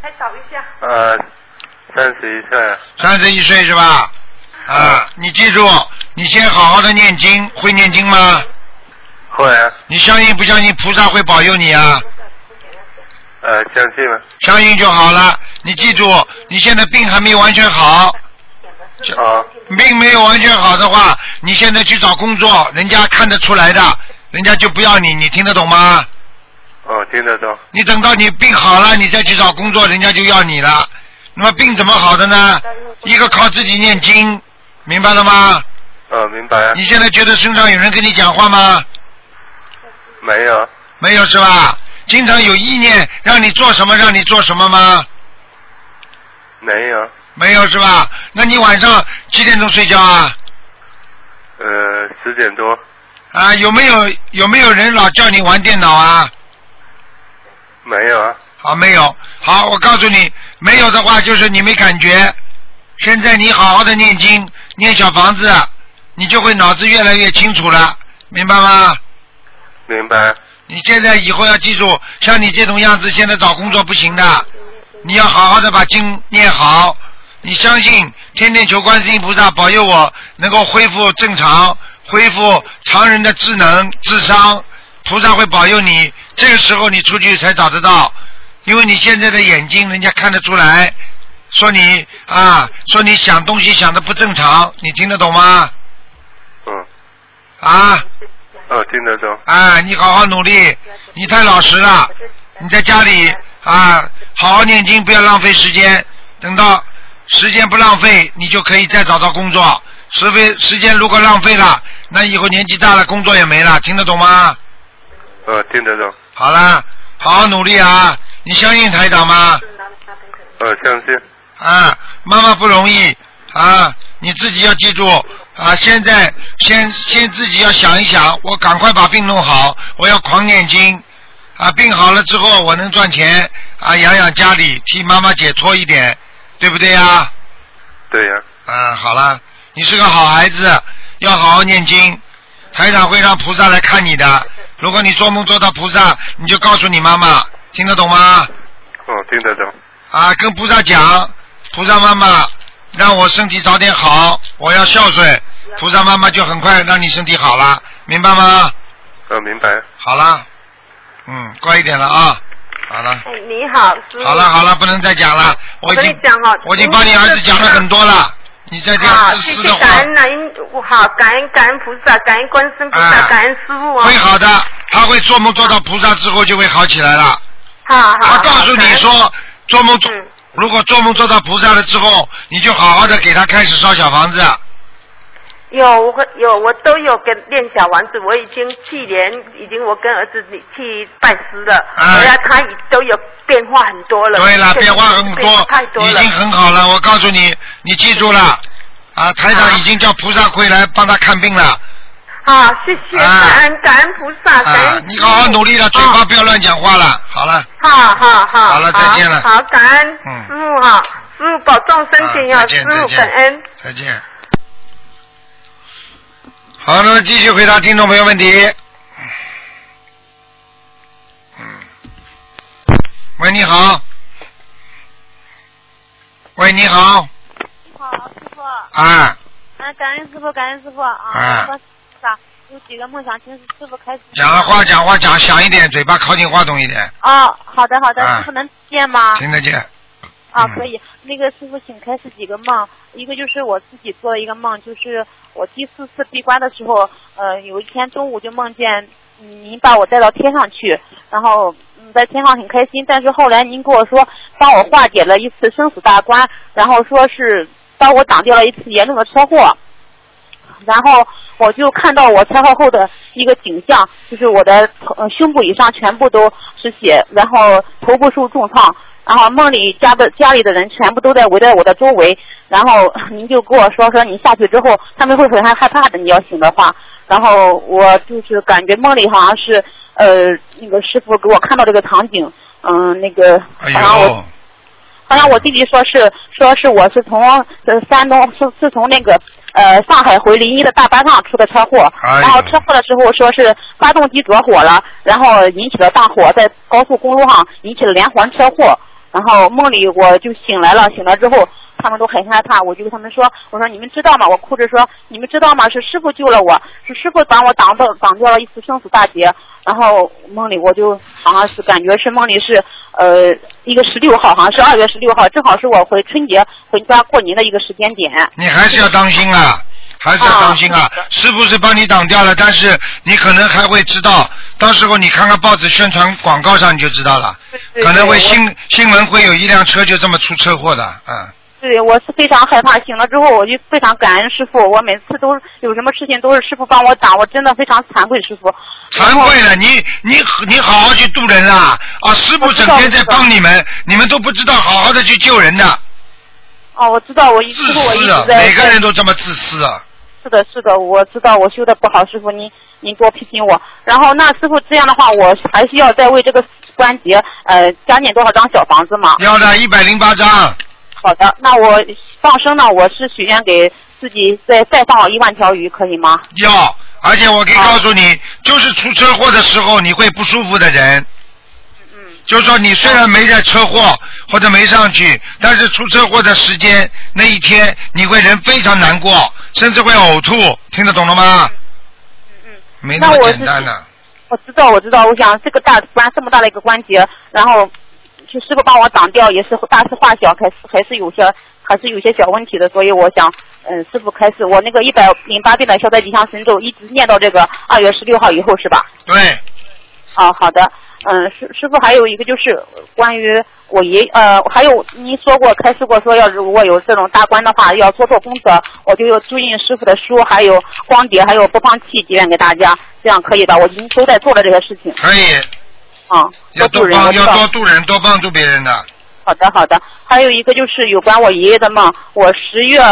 ？31岁。
31岁是吧？你记住，你先好好的念经，会念经吗？
会啊。
你相信不相信菩萨会保佑你啊？
相信了。
相信就好了。你记住，你现在病还没有完全好。病没有完全好的话，你现在去找工作，人家看得出来的。人家就不要你，你听得懂吗？
听得懂。
你等到你病好了，你再去找工作，人家就要你了。那么病怎么好的呢？一个靠自己念经，明白了吗？
明白。
你现在觉得身上有人跟你讲话吗？
没有。
没有是吧？经常有意念让你做什么吗？
没有。
没有是吧？那你晚上几点钟睡觉啊
？10点多。
有没有人老叫你玩电脑啊？
没有啊。
好，没有。好，我告诉你，没有的话就是你没感觉。现在你好好的念经，念小房子，你就会脑子越来越清楚了，明白吗？
明白。
你现在以后要记住，像你这种样子，现在找工作不行的，你要好好的把经念好。你相信，天天求观世音菩萨保佑我能够恢复正常。恢复常人的智能智商，菩萨会保佑你，这个时候你出去才找得到，因为你现在的眼睛人家看得出来，说你想东西想得不正常，你听得懂吗？
听得懂。
你好好努力，你太老实了，你在家里好好念经，不要浪费时间，等到时间不浪费，你就可以再找到工作。时间如果浪费了，那以后年纪大了，工作也没了，听得懂吗？
听得懂。
好了，好好努力啊！你相信台长吗？
相信。
妈妈不容易你自己要记住， 啊，现在先自己要想一想，我赶快把病弄好，我要狂念经啊，病好了之后我能赚钱啊，养养家里，替妈妈解脱一点，对不对呀？
对呀。
好了，你是个好孩子，要好好念经，台长会让菩萨来看你的。如果你做梦做到菩萨，你就告诉你妈妈，听得懂吗？
听得懂。
啊，跟菩萨讲，菩萨妈妈让我身体早点好，我要孝顺，菩萨妈妈就很快让你身体好了，明白吗？
明白。
好了，乖一点了啊。好了。
哎，你好，师父。
好了，不能再讲了。我
跟你讲哈，
我已经帮你儿子讲了很多了。你再这样自私的话。
感恩感恩菩萨，感恩观世菩萨，感恩师父啊。
会好的，他会做梦做到菩萨之后就会好起来了。
好。
他告诉你说，如果做梦做到菩萨了之后，你就好好的给他开始烧小房子。
我都有跟练小房子，我已经去年我跟儿子去拜师了，回来他都有变化很多了。
对了，变化很多，
太多了，
已经很好了。我告诉你，你记住了啊，台长已经叫菩萨会来帮他看病了。
好，谢谢，感恩菩萨，感恩。
你好好努力了，嘴巴不要乱讲话了。好了。好了，再见了。
好，感恩师父哈，师父保重身体哈，师父感恩。
再见。好，那么继续回答听众朋友问题。喂，你好。喂，你好。
你好，师傅。感恩师傅，感恩师傅啊。有几个梦想，请师傅开始。
讲话讲响一点，嘴巴靠近话筒一点。
好的，师傅能听见吗？
听得见。
可以。那个师傅，请开始几个梦。一个就是我自己做了一个梦，就是我第4次闭关的时候，有一天中午就梦见您把我带到天上去，然后在天上很开心。但是后来您跟我说，帮我化解了一次生死大关，然后说是帮我挡掉了一次严重的车祸。然后我就看到我车祸后的一个景象，就是我的胸部以上全部都是血，然后头部受重创。然后梦里家里的人全部都在围在我的周围，然后您就跟我说你下去之后他们会很害怕的，你要醒的话。然后我就是感觉梦里好像是那个师傅给我看到这个场景，那个好像我弟弟说是我是从山东是从那个上海回临沂的大巴上出的车祸，然后车祸的时候说是发动机着火了，然后引起了大火，在高速公路上引起了连环车祸。然后梦里我就醒来了，醒了之后他们都很害怕，我就跟他们说，我说你们知道吗？我哭着说你们知道吗？是师傅救了我，是师傅帮我挡掉了一次生死大劫。然后梦里我就好像是感觉是梦里是一个16号，好像是2月16号，正好是我回春节回家过年的一个时间点。
你还是要当心啊，师傅是帮你挡掉了，但是你可能还会知道，到时候你看看报纸宣传广告上你就知道了，可能会新闻会有一辆车就这么出车祸的。
对，我是非常害怕，醒了之后我就非常感恩师傅，我每次都有什么事情都是师傅帮我挡，我真的非常惭愧师傅。
惭愧了，你好好去渡人啊！师傅整天在帮你们，你们都不知道好好的去救人的。
我知道，我一直在。
每个人都这么自私啊。
是的，我知道我修的不好，师傅您多批评我。然后那师傅这样的话，我还需要再为这个关节加念多少张小房子吗？
要的108张。
好的，那我放生呢？我是许愿给自己再放1万条鱼，可以吗？
要，而且我可以告诉你，就是出车祸的时候你会不舒服的人。就是说你虽然没在车祸或者没上去，但是出车祸的时间那一天你会人非常难过，甚至会呕吐，听得懂了吗？没那么简单的。
我知道，我想这个这么大的一个关节，然后就师傅帮我挡掉，也是大事化小，还是有些小问题的，所以我想师傅开始我那个108遍的消灾吉祥神咒一直念到这个2月16号以后是吧？
对。
好的。师傅还有一个就是关于我还有您开示过说如果有这种大关的话要做功德，我就注印师傅的书，还有光碟，还有播放器结缘给大家，这样可以吧？我已经都在做了这些事情。
可以。要多渡人，多帮助别人的。
好的。还有一个就是有关我爷爷的梦，我10月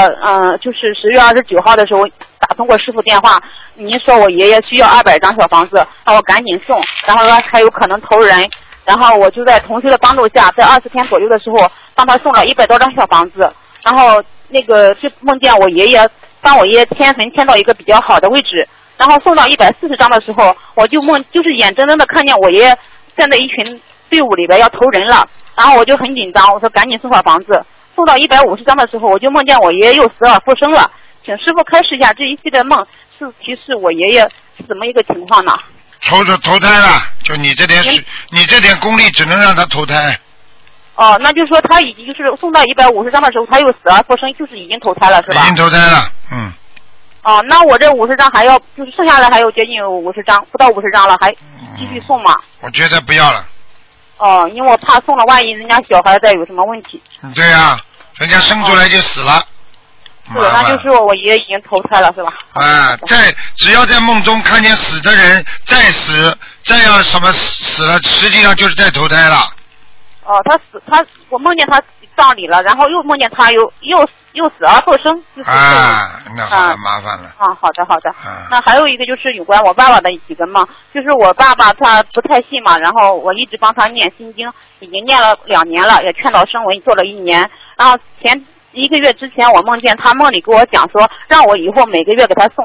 29号的时候打通过师傅电话，您说我爷爷需要200张小房子，让我赶紧送，然后还有可能投人，然后我就在同学的帮助下，在20天左右的时候帮他送了100多张小房子，然后就梦见我爷爷帮我爷爷迁坟迁到一个比较好的位置，然后送到140张的时候，我就是眼睁睁的看见我爷爷站在一群队伍里边要投人了，然后我就很紧张，我说赶紧送小房子。送到150张的时候，我就梦见我爷爷又死而复生了。请师傅开示一下这一系列梦是提示我爷爷是怎么一个情况呢？
投胎了，就你这点功力只能让他投胎。
哦，那就是说他已经就是送到150张的时候，他又死而复生，就是已经投胎了，是吧？
已经投胎了，
哦，那我这50张还要，就是剩下的还有接近有50张，不到50张了，还继续送吗？
我觉得不要了。
哦，因为我怕送了，万一人家小孩再有什么问题。
对呀，人家生出来就死了。
是，那就是我爷爷已经投胎了，是吧？
只要在梦中看见死的人再死，再要什么死了，实际上就是在投胎了。
哦，我梦见他葬礼了，然后又梦见他又死而复生，就是
那好了，麻烦了。
好的。那还有一个就是有关我爸爸的几个梦，就是我爸爸他不太信嘛，然后我一直帮他念心经，已经念了2年了，也劝导声闻做了1年，然后前1个月之前，我梦见他梦里跟我讲说，让我以后每个月给他送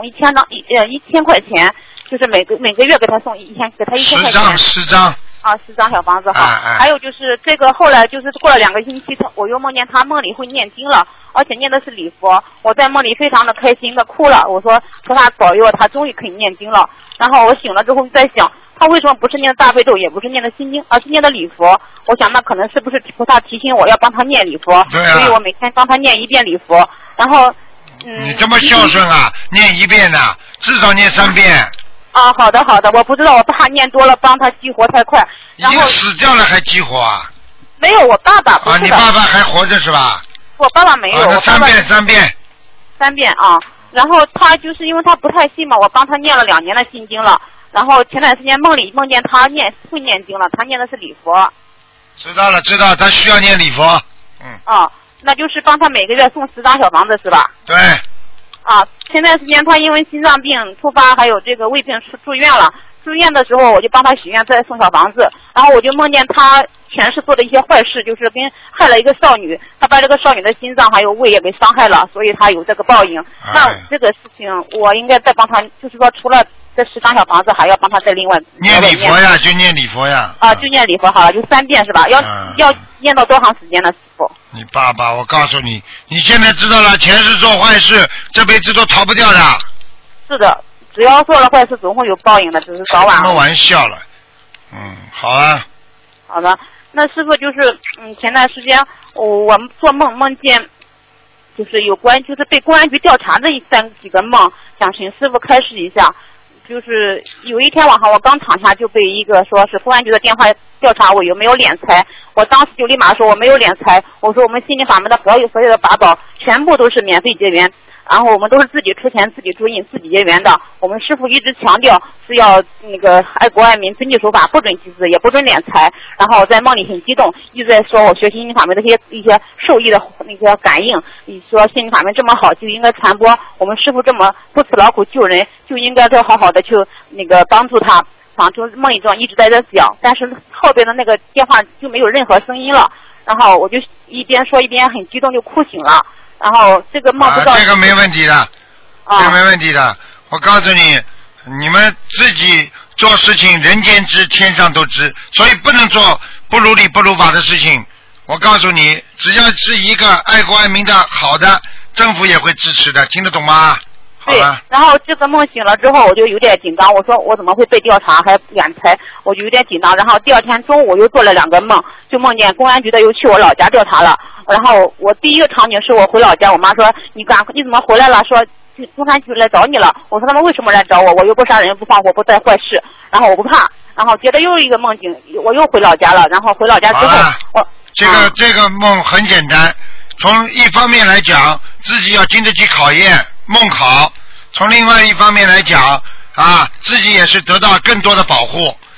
1000块钱，就是每个月给他送给他1000块钱。
10张。
10张小房子好。还有就是这个后来就是过了2个星期，我又梦见他梦里会念经了，而且念的是礼佛。我在梦里非常的开心的哭了，我说他保佑他终于可以念经了。然后我醒了之后在想，他为什么不是念的大悲咒，也不是念的心经，而是念的礼佛？我想那可能是不是菩萨提醒我要帮他念礼佛，所以我每天帮他念1遍礼佛。然后
你这么孝顺啊，念1遍呢，至少念3遍。
好的，我不知道，我怕念多了帮他激活太快。然后
已经死掉了还激活啊？
没有，我爸爸不是的。
你爸爸还活着是吧？
我爸爸没有。
那3遍。
3遍啊！然后他就是因为他不太信嘛，我帮他念了2年的心经了。然后前段时间梦里梦见他会念经了，他念的是礼佛。
知道，他需要念礼佛。
那就是帮他每个月送10张小房子是吧？
对。
前段时间他因为心脏病突发，还有这个胃病住院了。住院的时候我就帮他许愿再送小房子，然后我就梦见他前世做的一些坏事，就是害了一个少女，他把这个少女的心脏还有胃也给伤害了，所以他有这个报应。那这个事情我应该再帮他，就是说除了这10张小房子，还要帮他再另外
念礼佛呀，就念礼佛呀。
就念礼佛好了，就3遍是吧？要念到多长时间呢，师傅？
你爸爸，我告诉你，你现在知道了，前世做坏事，这辈子都逃不掉的。
是的，只要做了坏事，总会有报应的，只是早晚。
开什么玩笑了？好啊。
好的，那师傅就是前段时间我做梦见，就是有关就是被公安局调查的几个梦，想请师傅开示一下。就是有一天晚上我刚躺下就被一个说是公安局的电话调查我有没有敛财，我当时就立马说我没有敛财，我说我们心灵法门的所有的法宝全部都是免费结缘，然后我们都是自己出钱自己注印自己结缘的，我们师父一直强调是要那个爱国爱民遵纪守法，不准集资也不准敛财，然后在梦里很激动，一直在说我学心灵法门的一些受益的那个感应，你说心灵法门这么好就应该传播，我们师父这么不辞劳苦救人就应该再好好的去那个帮助他，反正梦里中一直在这讲，但是后边的那个电话就没有任何声音了，然后我就一边说一边很激动就哭醒了，然后这个梦不知道、
这个没问题的，这个没问题的，我告诉你，你们自己做事情人间知天上都知，所以不能做不如理不如法的事情。我告诉你，只要是一个爱国爱民的好的，政府也会支持的，听得懂吗？
对，然后这个梦醒了之后我就有点紧张，我说我怎么会被调查还敛财，我就有点紧张，然后第二天中午又做了2个梦，就梦见公安局的又去我老家调查了，然后我第一个场景是我回老家，我妈说你怎么回来了，说公安局来找你了，我说他们为什么来找我，我又不杀人不放火不干坏事，然后我不怕，然后接着又一个梦境，我又回老家了，然后回老家之后
这个梦很简单，从一方面来讲自己要经得起考验梦考，从另外一方面来讲自己也是得到更多的保护，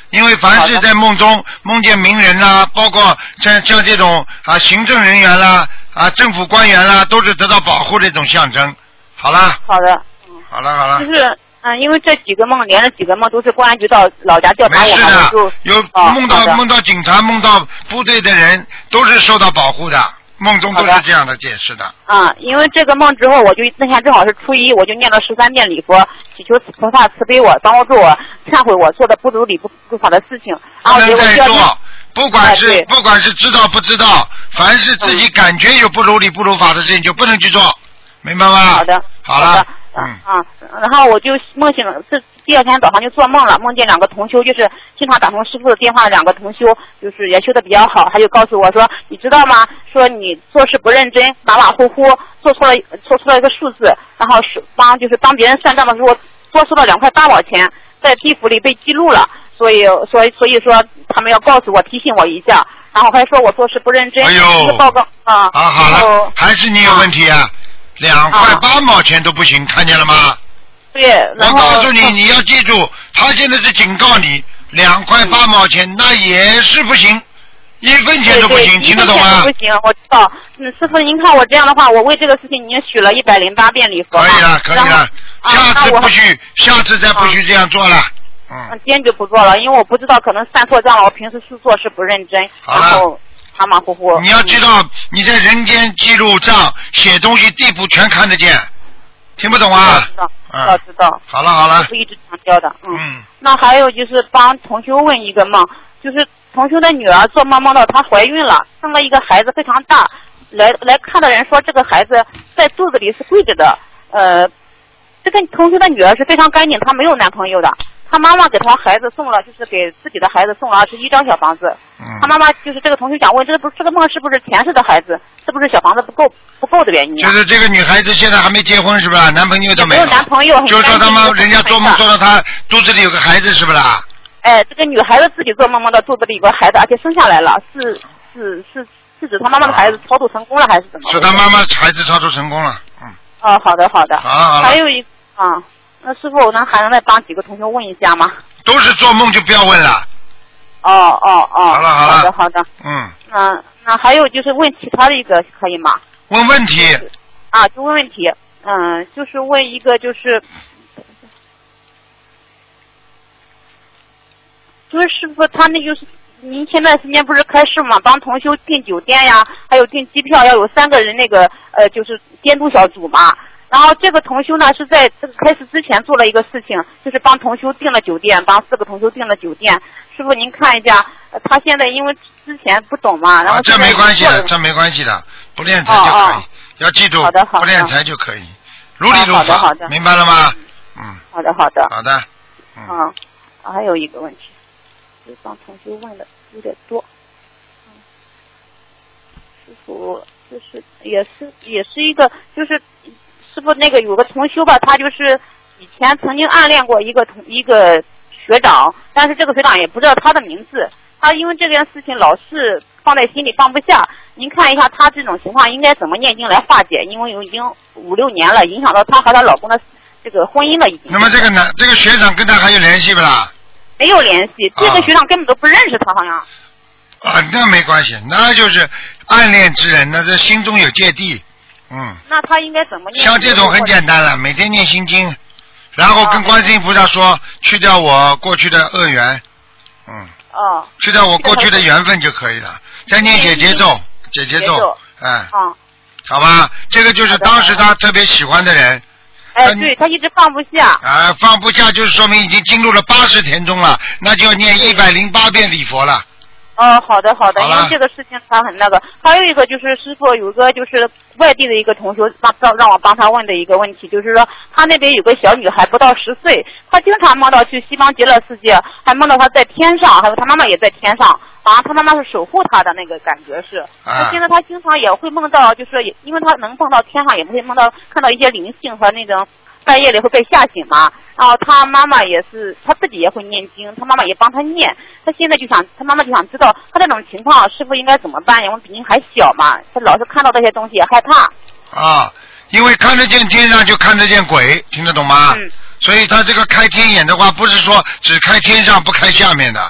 因为凡是在梦中梦见名人啦，包括像这种行政人员啦政府官员啦，都是得到保护的一种象征。好了。
好的。
好了。
就是因为这几个梦连着几个梦都是公安局到老家调查我们，就
有梦到警察，梦到部队的人都是受到保护的。梦中都是这样的解释的。
因为这个梦之后，我就那天正好是初一，我就念了13遍礼佛，祈求菩萨慈悲我，帮助我忏悔我做的不如理不法的事情。然后
不能再做，不管是知道不知道，凡是自己感觉有不如理不如法的事情，就不能去做，明白吗？
好的。
好了。
然后我就梦醒，第二天早上就做梦了，梦见2个同修，就是经常打通师傅的电话的2个同修，就是也修得比较好，他就告诉我说，你知道吗？说你做事不认真，马马虎虎，做错了一个数字，然后帮别人算账的时候多收了2块8毛钱，在地府里被记录了，所以说他们要告诉我，提醒我一下，然后还说我做事不认真，一个报告
好了，还是你有问题啊，2块8毛钱都不行，看见了吗？
对，
我告诉你，你要记住，他现在是警告你，2块8毛钱那也是不行，1分钱都不行，听得懂吗？
不行，我知道。师傅，您看我这样的话，我为这个事情已经许了108遍礼佛了。
可以了，下次再不许这样做了。
坚决不做了，因为我不知道可能算错账了，我平时做事不认真，然后马马虎虎。
你要知道，你在人间记录账写东西，地府全看得见。听不懂啊？
知道。
好了。
我一直强调的。那还有就是帮同修问一个梦，就是同修的女儿做梦梦到她怀孕了，生了一个孩子非常大，来看的人说这个孩子在肚子里是跪着的。这个同修的女儿是非常干净，她没有男朋友的。他妈妈给他孩子送了，就是给自己的孩子送了21张小房子。他妈妈就是这个同学想问，这个梦是不是前世的孩子？是不是小房子不够的原因？
就是这个女孩子现在还没结婚是不是？男朋友都没有。
没有男朋友。
就是说人家做梦做到她肚子里有个孩子是不是？
这个女孩子自己做梦梦到肚子里有个孩子，而且生下来了，是指她妈妈的孩子超度成功了还是怎么？
是她妈妈孩子超度成功了。
好的。
好了。
还有一那师傅，还能再帮几个同学问一下吗？
都是做梦就不要问了。
好
了。
好的。那还有就是问其他的一个可以吗？
问问题。
就问问题。就是问一个就是师傅，他那就是您前段时间不是开市嘛，帮同修订酒店呀，还有订机票，要有3个人那个就是监督小组嘛。然后这个同修呢是在这个开始之前做了一个事情，就是帮同修订了酒店，帮4个同修订了酒店。师傅您看一下，他现在因为之前不懂嘛，然后
这没关系的，不敛财就可以，要记住，不敛财就可以，如理如法，明白了吗？
好的。还有一个问题，就是帮同修问的有点多。师傅就是也是一个就是。师傅，那个有个同修吧，他就是以前曾经暗恋过一个学长，但是这个学长也不知道他的名字。他因为这件事情老是放在心里放不下。您看一下他这种情况应该怎么念经来化解？因为已经5、6年了，影响到她和她老公的这个婚姻了已经。
那么这个学长跟他还有联系不啦？
没有联系，这个学长根本都不认识他，好像。
那没关系，那就是暗恋之人，那这心中有芥蒂。
那他应该怎么念？
像这种很简单了，每天念心经，然后跟观世音菩萨说，去掉我过去的恶缘，去掉我过去的缘分就可以了。再念解结咒，好吧，这个就是当时他特别喜欢的人。
对，他一直放不下。
放不下就是说明已经进入了80田中了，那就要念108遍礼佛了。
好的，因为这个事情他很那个。还有一个就是师傅有一个就是外地的一个同学让我帮他问的一个问题，就是说他那边有个小女孩不到10岁，他经常梦到去西方极乐世界，还梦到他在天上，还有他妈妈也在天上，好像他妈妈是守护他的那个感觉是。现在他经常也会梦到，就是因为他能蹦到天上，也会梦到看到一些灵性和那种。半夜里会被吓醒嘛，然后他妈妈也是，他自己也会念经，他妈妈也帮他念，他现在他妈妈就想知道他这种情况师傅应该怎么办，因为毕竟还小嘛，他老是看到这些东西也害怕。
因为看得见天上就看得见鬼，听得懂吗？所以他这个开天眼的话，不是说只开天上不开下面的，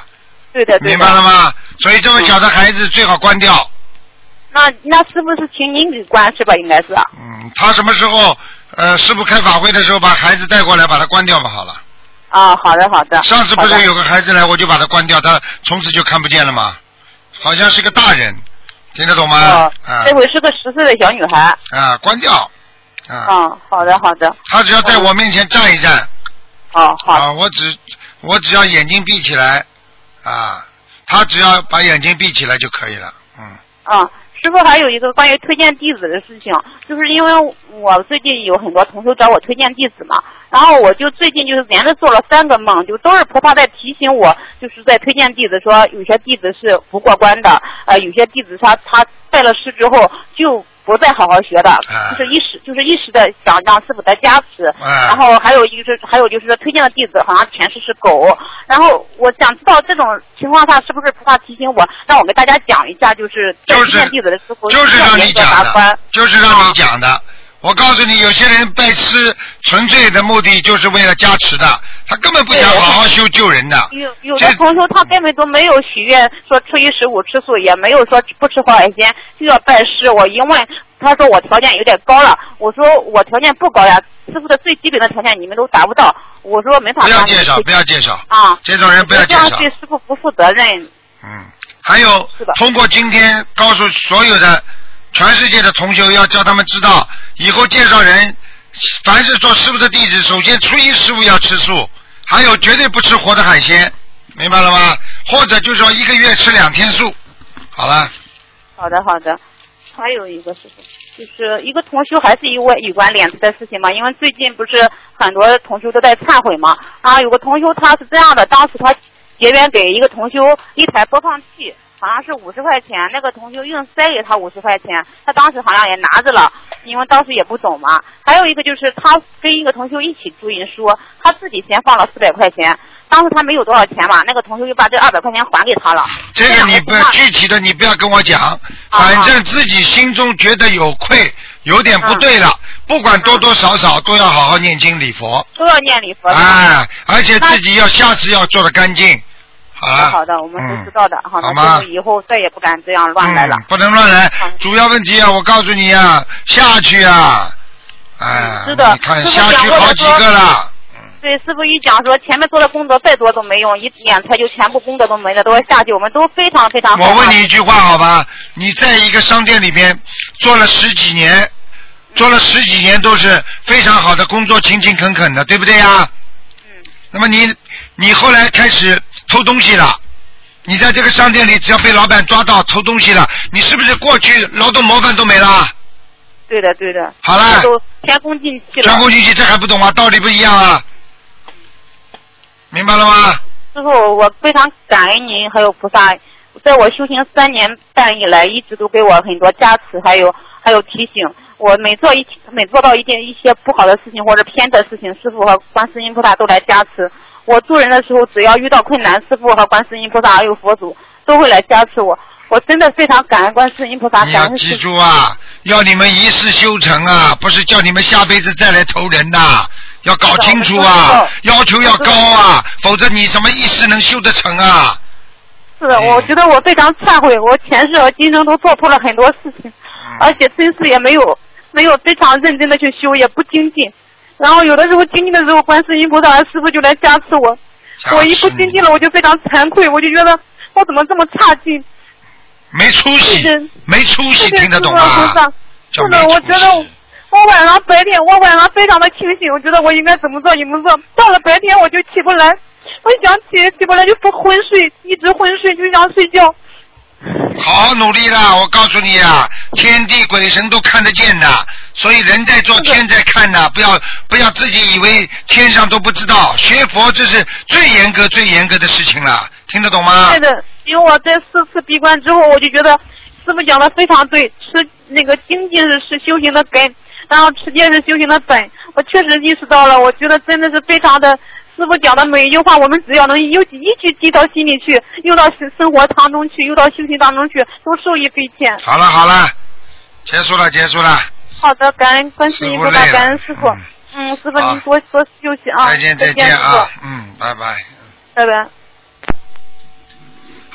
对的。
明白了吗？所以这么小的孩子最好关掉。
那师傅是请您给关是吧？应该是。
他什么时候师傅开法会的时候把孩子带过来，把他关掉嘛，好了。
啊，好的好的。
上次不是有个孩子来，我就把他关掉，他从此就看不见了吗？好像是个大人，听得懂吗？
这回是个10岁的小女孩。
关掉。
好的好的。
他只要在我面前站一站。
好。
我只要眼睛闭起来，他只要把眼睛闭起来就可以了。
师傅还有一个关于推荐弟子的事情，就是因为我最近有很多同学找我推荐弟子嘛，然后我就最近就是连着做了3个梦，就都是菩萨在提醒我，就是在推荐弟子说有些弟子是不过关的，有些弟子他拜了师之后就不再好好学的，就是一时的想让师傅的加持，然后还有就是说推荐的弟子好像前世是狗，然后我想知道这种情况下是不是菩萨提醒我，让我给大家讲一下，就是推荐弟子的师傅
就是让你讲的，就是让你讲的。我告诉你，有些人拜师纯粹的目的就是为了加持的，他根本不想好好修救人的。
有的同学他根本都没有许愿说初一十五吃素，也没有说不吃活海鲜，就要拜师。我一问，他说我条件有点高了，我说我条件不高呀，师傅的最基本的条件你们都达不到，我说没法。
不要介绍这种人不要介绍，
这样对师傅不负责任。
还有通过今天告诉所有的全世界的同修，要叫他们知道，以后介绍人凡是做师傅的弟子，首先初一十五要吃素，还有绝对不吃活的海鲜，明白了吗？或者就是说1个月吃2天素。好了。
好的。还有一个师傅，就是一个同修还是有关脸子的事情嘛，因为最近不是很多同修都在忏悔嘛，然后有个同修他是这样的，当时他结缘给一个同修一台播放器，好像是50块钱，那个同修硬塞给他50块钱，他当时好像也拿着了，因为当时也不懂嘛。还有一个就是他跟一个同修一起注印书，他自己先放了400块钱，当时他没有多少钱嘛，那个同修就把这200块钱还给他了。
这个你不具体的你不要跟我讲，反正自己心中觉得有愧，有点不对了，不管多多少少都要好好念经礼佛。
都要念礼佛。
而且自己下次要做得干净。
好的，我们都知道的。好吗？以后再也不敢这样乱来了。
不能乱来。主要问题我告诉你下去
是的。
你看下去好几个了。
对，师傅一讲说前面做的功德再多都没用，一敛财就全部功德都没了，都要下去，我们都非常非常好。
我问你一句话好吧，你在一个商店里边做了10几年，都是非常好的工作，勤勤恳恳的，对不对呀？那么你后来开始偷东西了，你在这个商店里只要被老板抓到偷东西了，你是不是过去劳动模范都没了？
对的。
好了，
都前功尽弃了。
前功尽弃，这还不懂啊？道理不一样啊，明白了吗？
师傅，我非常感恩您还有菩萨，在我修行3年半以来，一直都给我很多加持，还有提醒。我每做到一些不好的事情或者偏的事情，师父和观世音菩萨都来加持。我做人的时候，只要遇到困难，师父和观世音菩萨还有佛祖都会来加持我。我真的非常感恩观世音菩萨。
你要记住要你们一世修成不是叫你们下辈子再来投人要搞清楚要求要高否则你什么一世能修得成
是的，我觉得我非常忏悔，我前世和今生都做错了很多事情，而且真是也没有非常认真的去修，也不精进。然后有的时候精进的时候，观世音菩萨和师父就来加持我。我一不精进了，我就非常惭愧，我就觉得我怎么这么差劲。
没出息，听得懂吗？
是的，我觉得我晚上非常的清醒，我觉得我应该怎么做，到了白天我就起不来，我想起不来就昏睡，一直昏睡，就想睡觉。
好好努力啦！我告诉你天地鬼神都看得见的，所以人在做天在看的，不要自己以为天上都不知道。学佛这是最严格的事情了，听得懂吗？
对的，因为我在4次闭关之后，我就觉得师父讲的非常对，那个精进是修行的根，然后持戒是修行的本。我确实意识到了，我觉得真的是非常的。师父讲的每一句话，我们只要能一句记到心里去，用到生活当中去，用到修行当中去，都受益匪浅。
好了，结束了。
好的，感恩观世音菩萨，感恩师父。师父您多休息
再见
拜拜。
拜拜。
拜拜。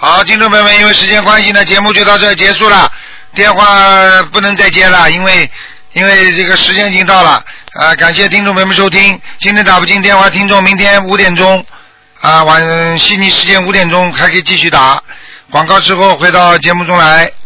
好，听众朋友们，因为时间关系呢，节目就到这结束了，电话不能再接了，因为这个时间已经到了。感谢听众朋友们收听，今天打不进电话听众明天5点钟晚悉尼时间5点钟还可以继续打，广告之后回到节目中来。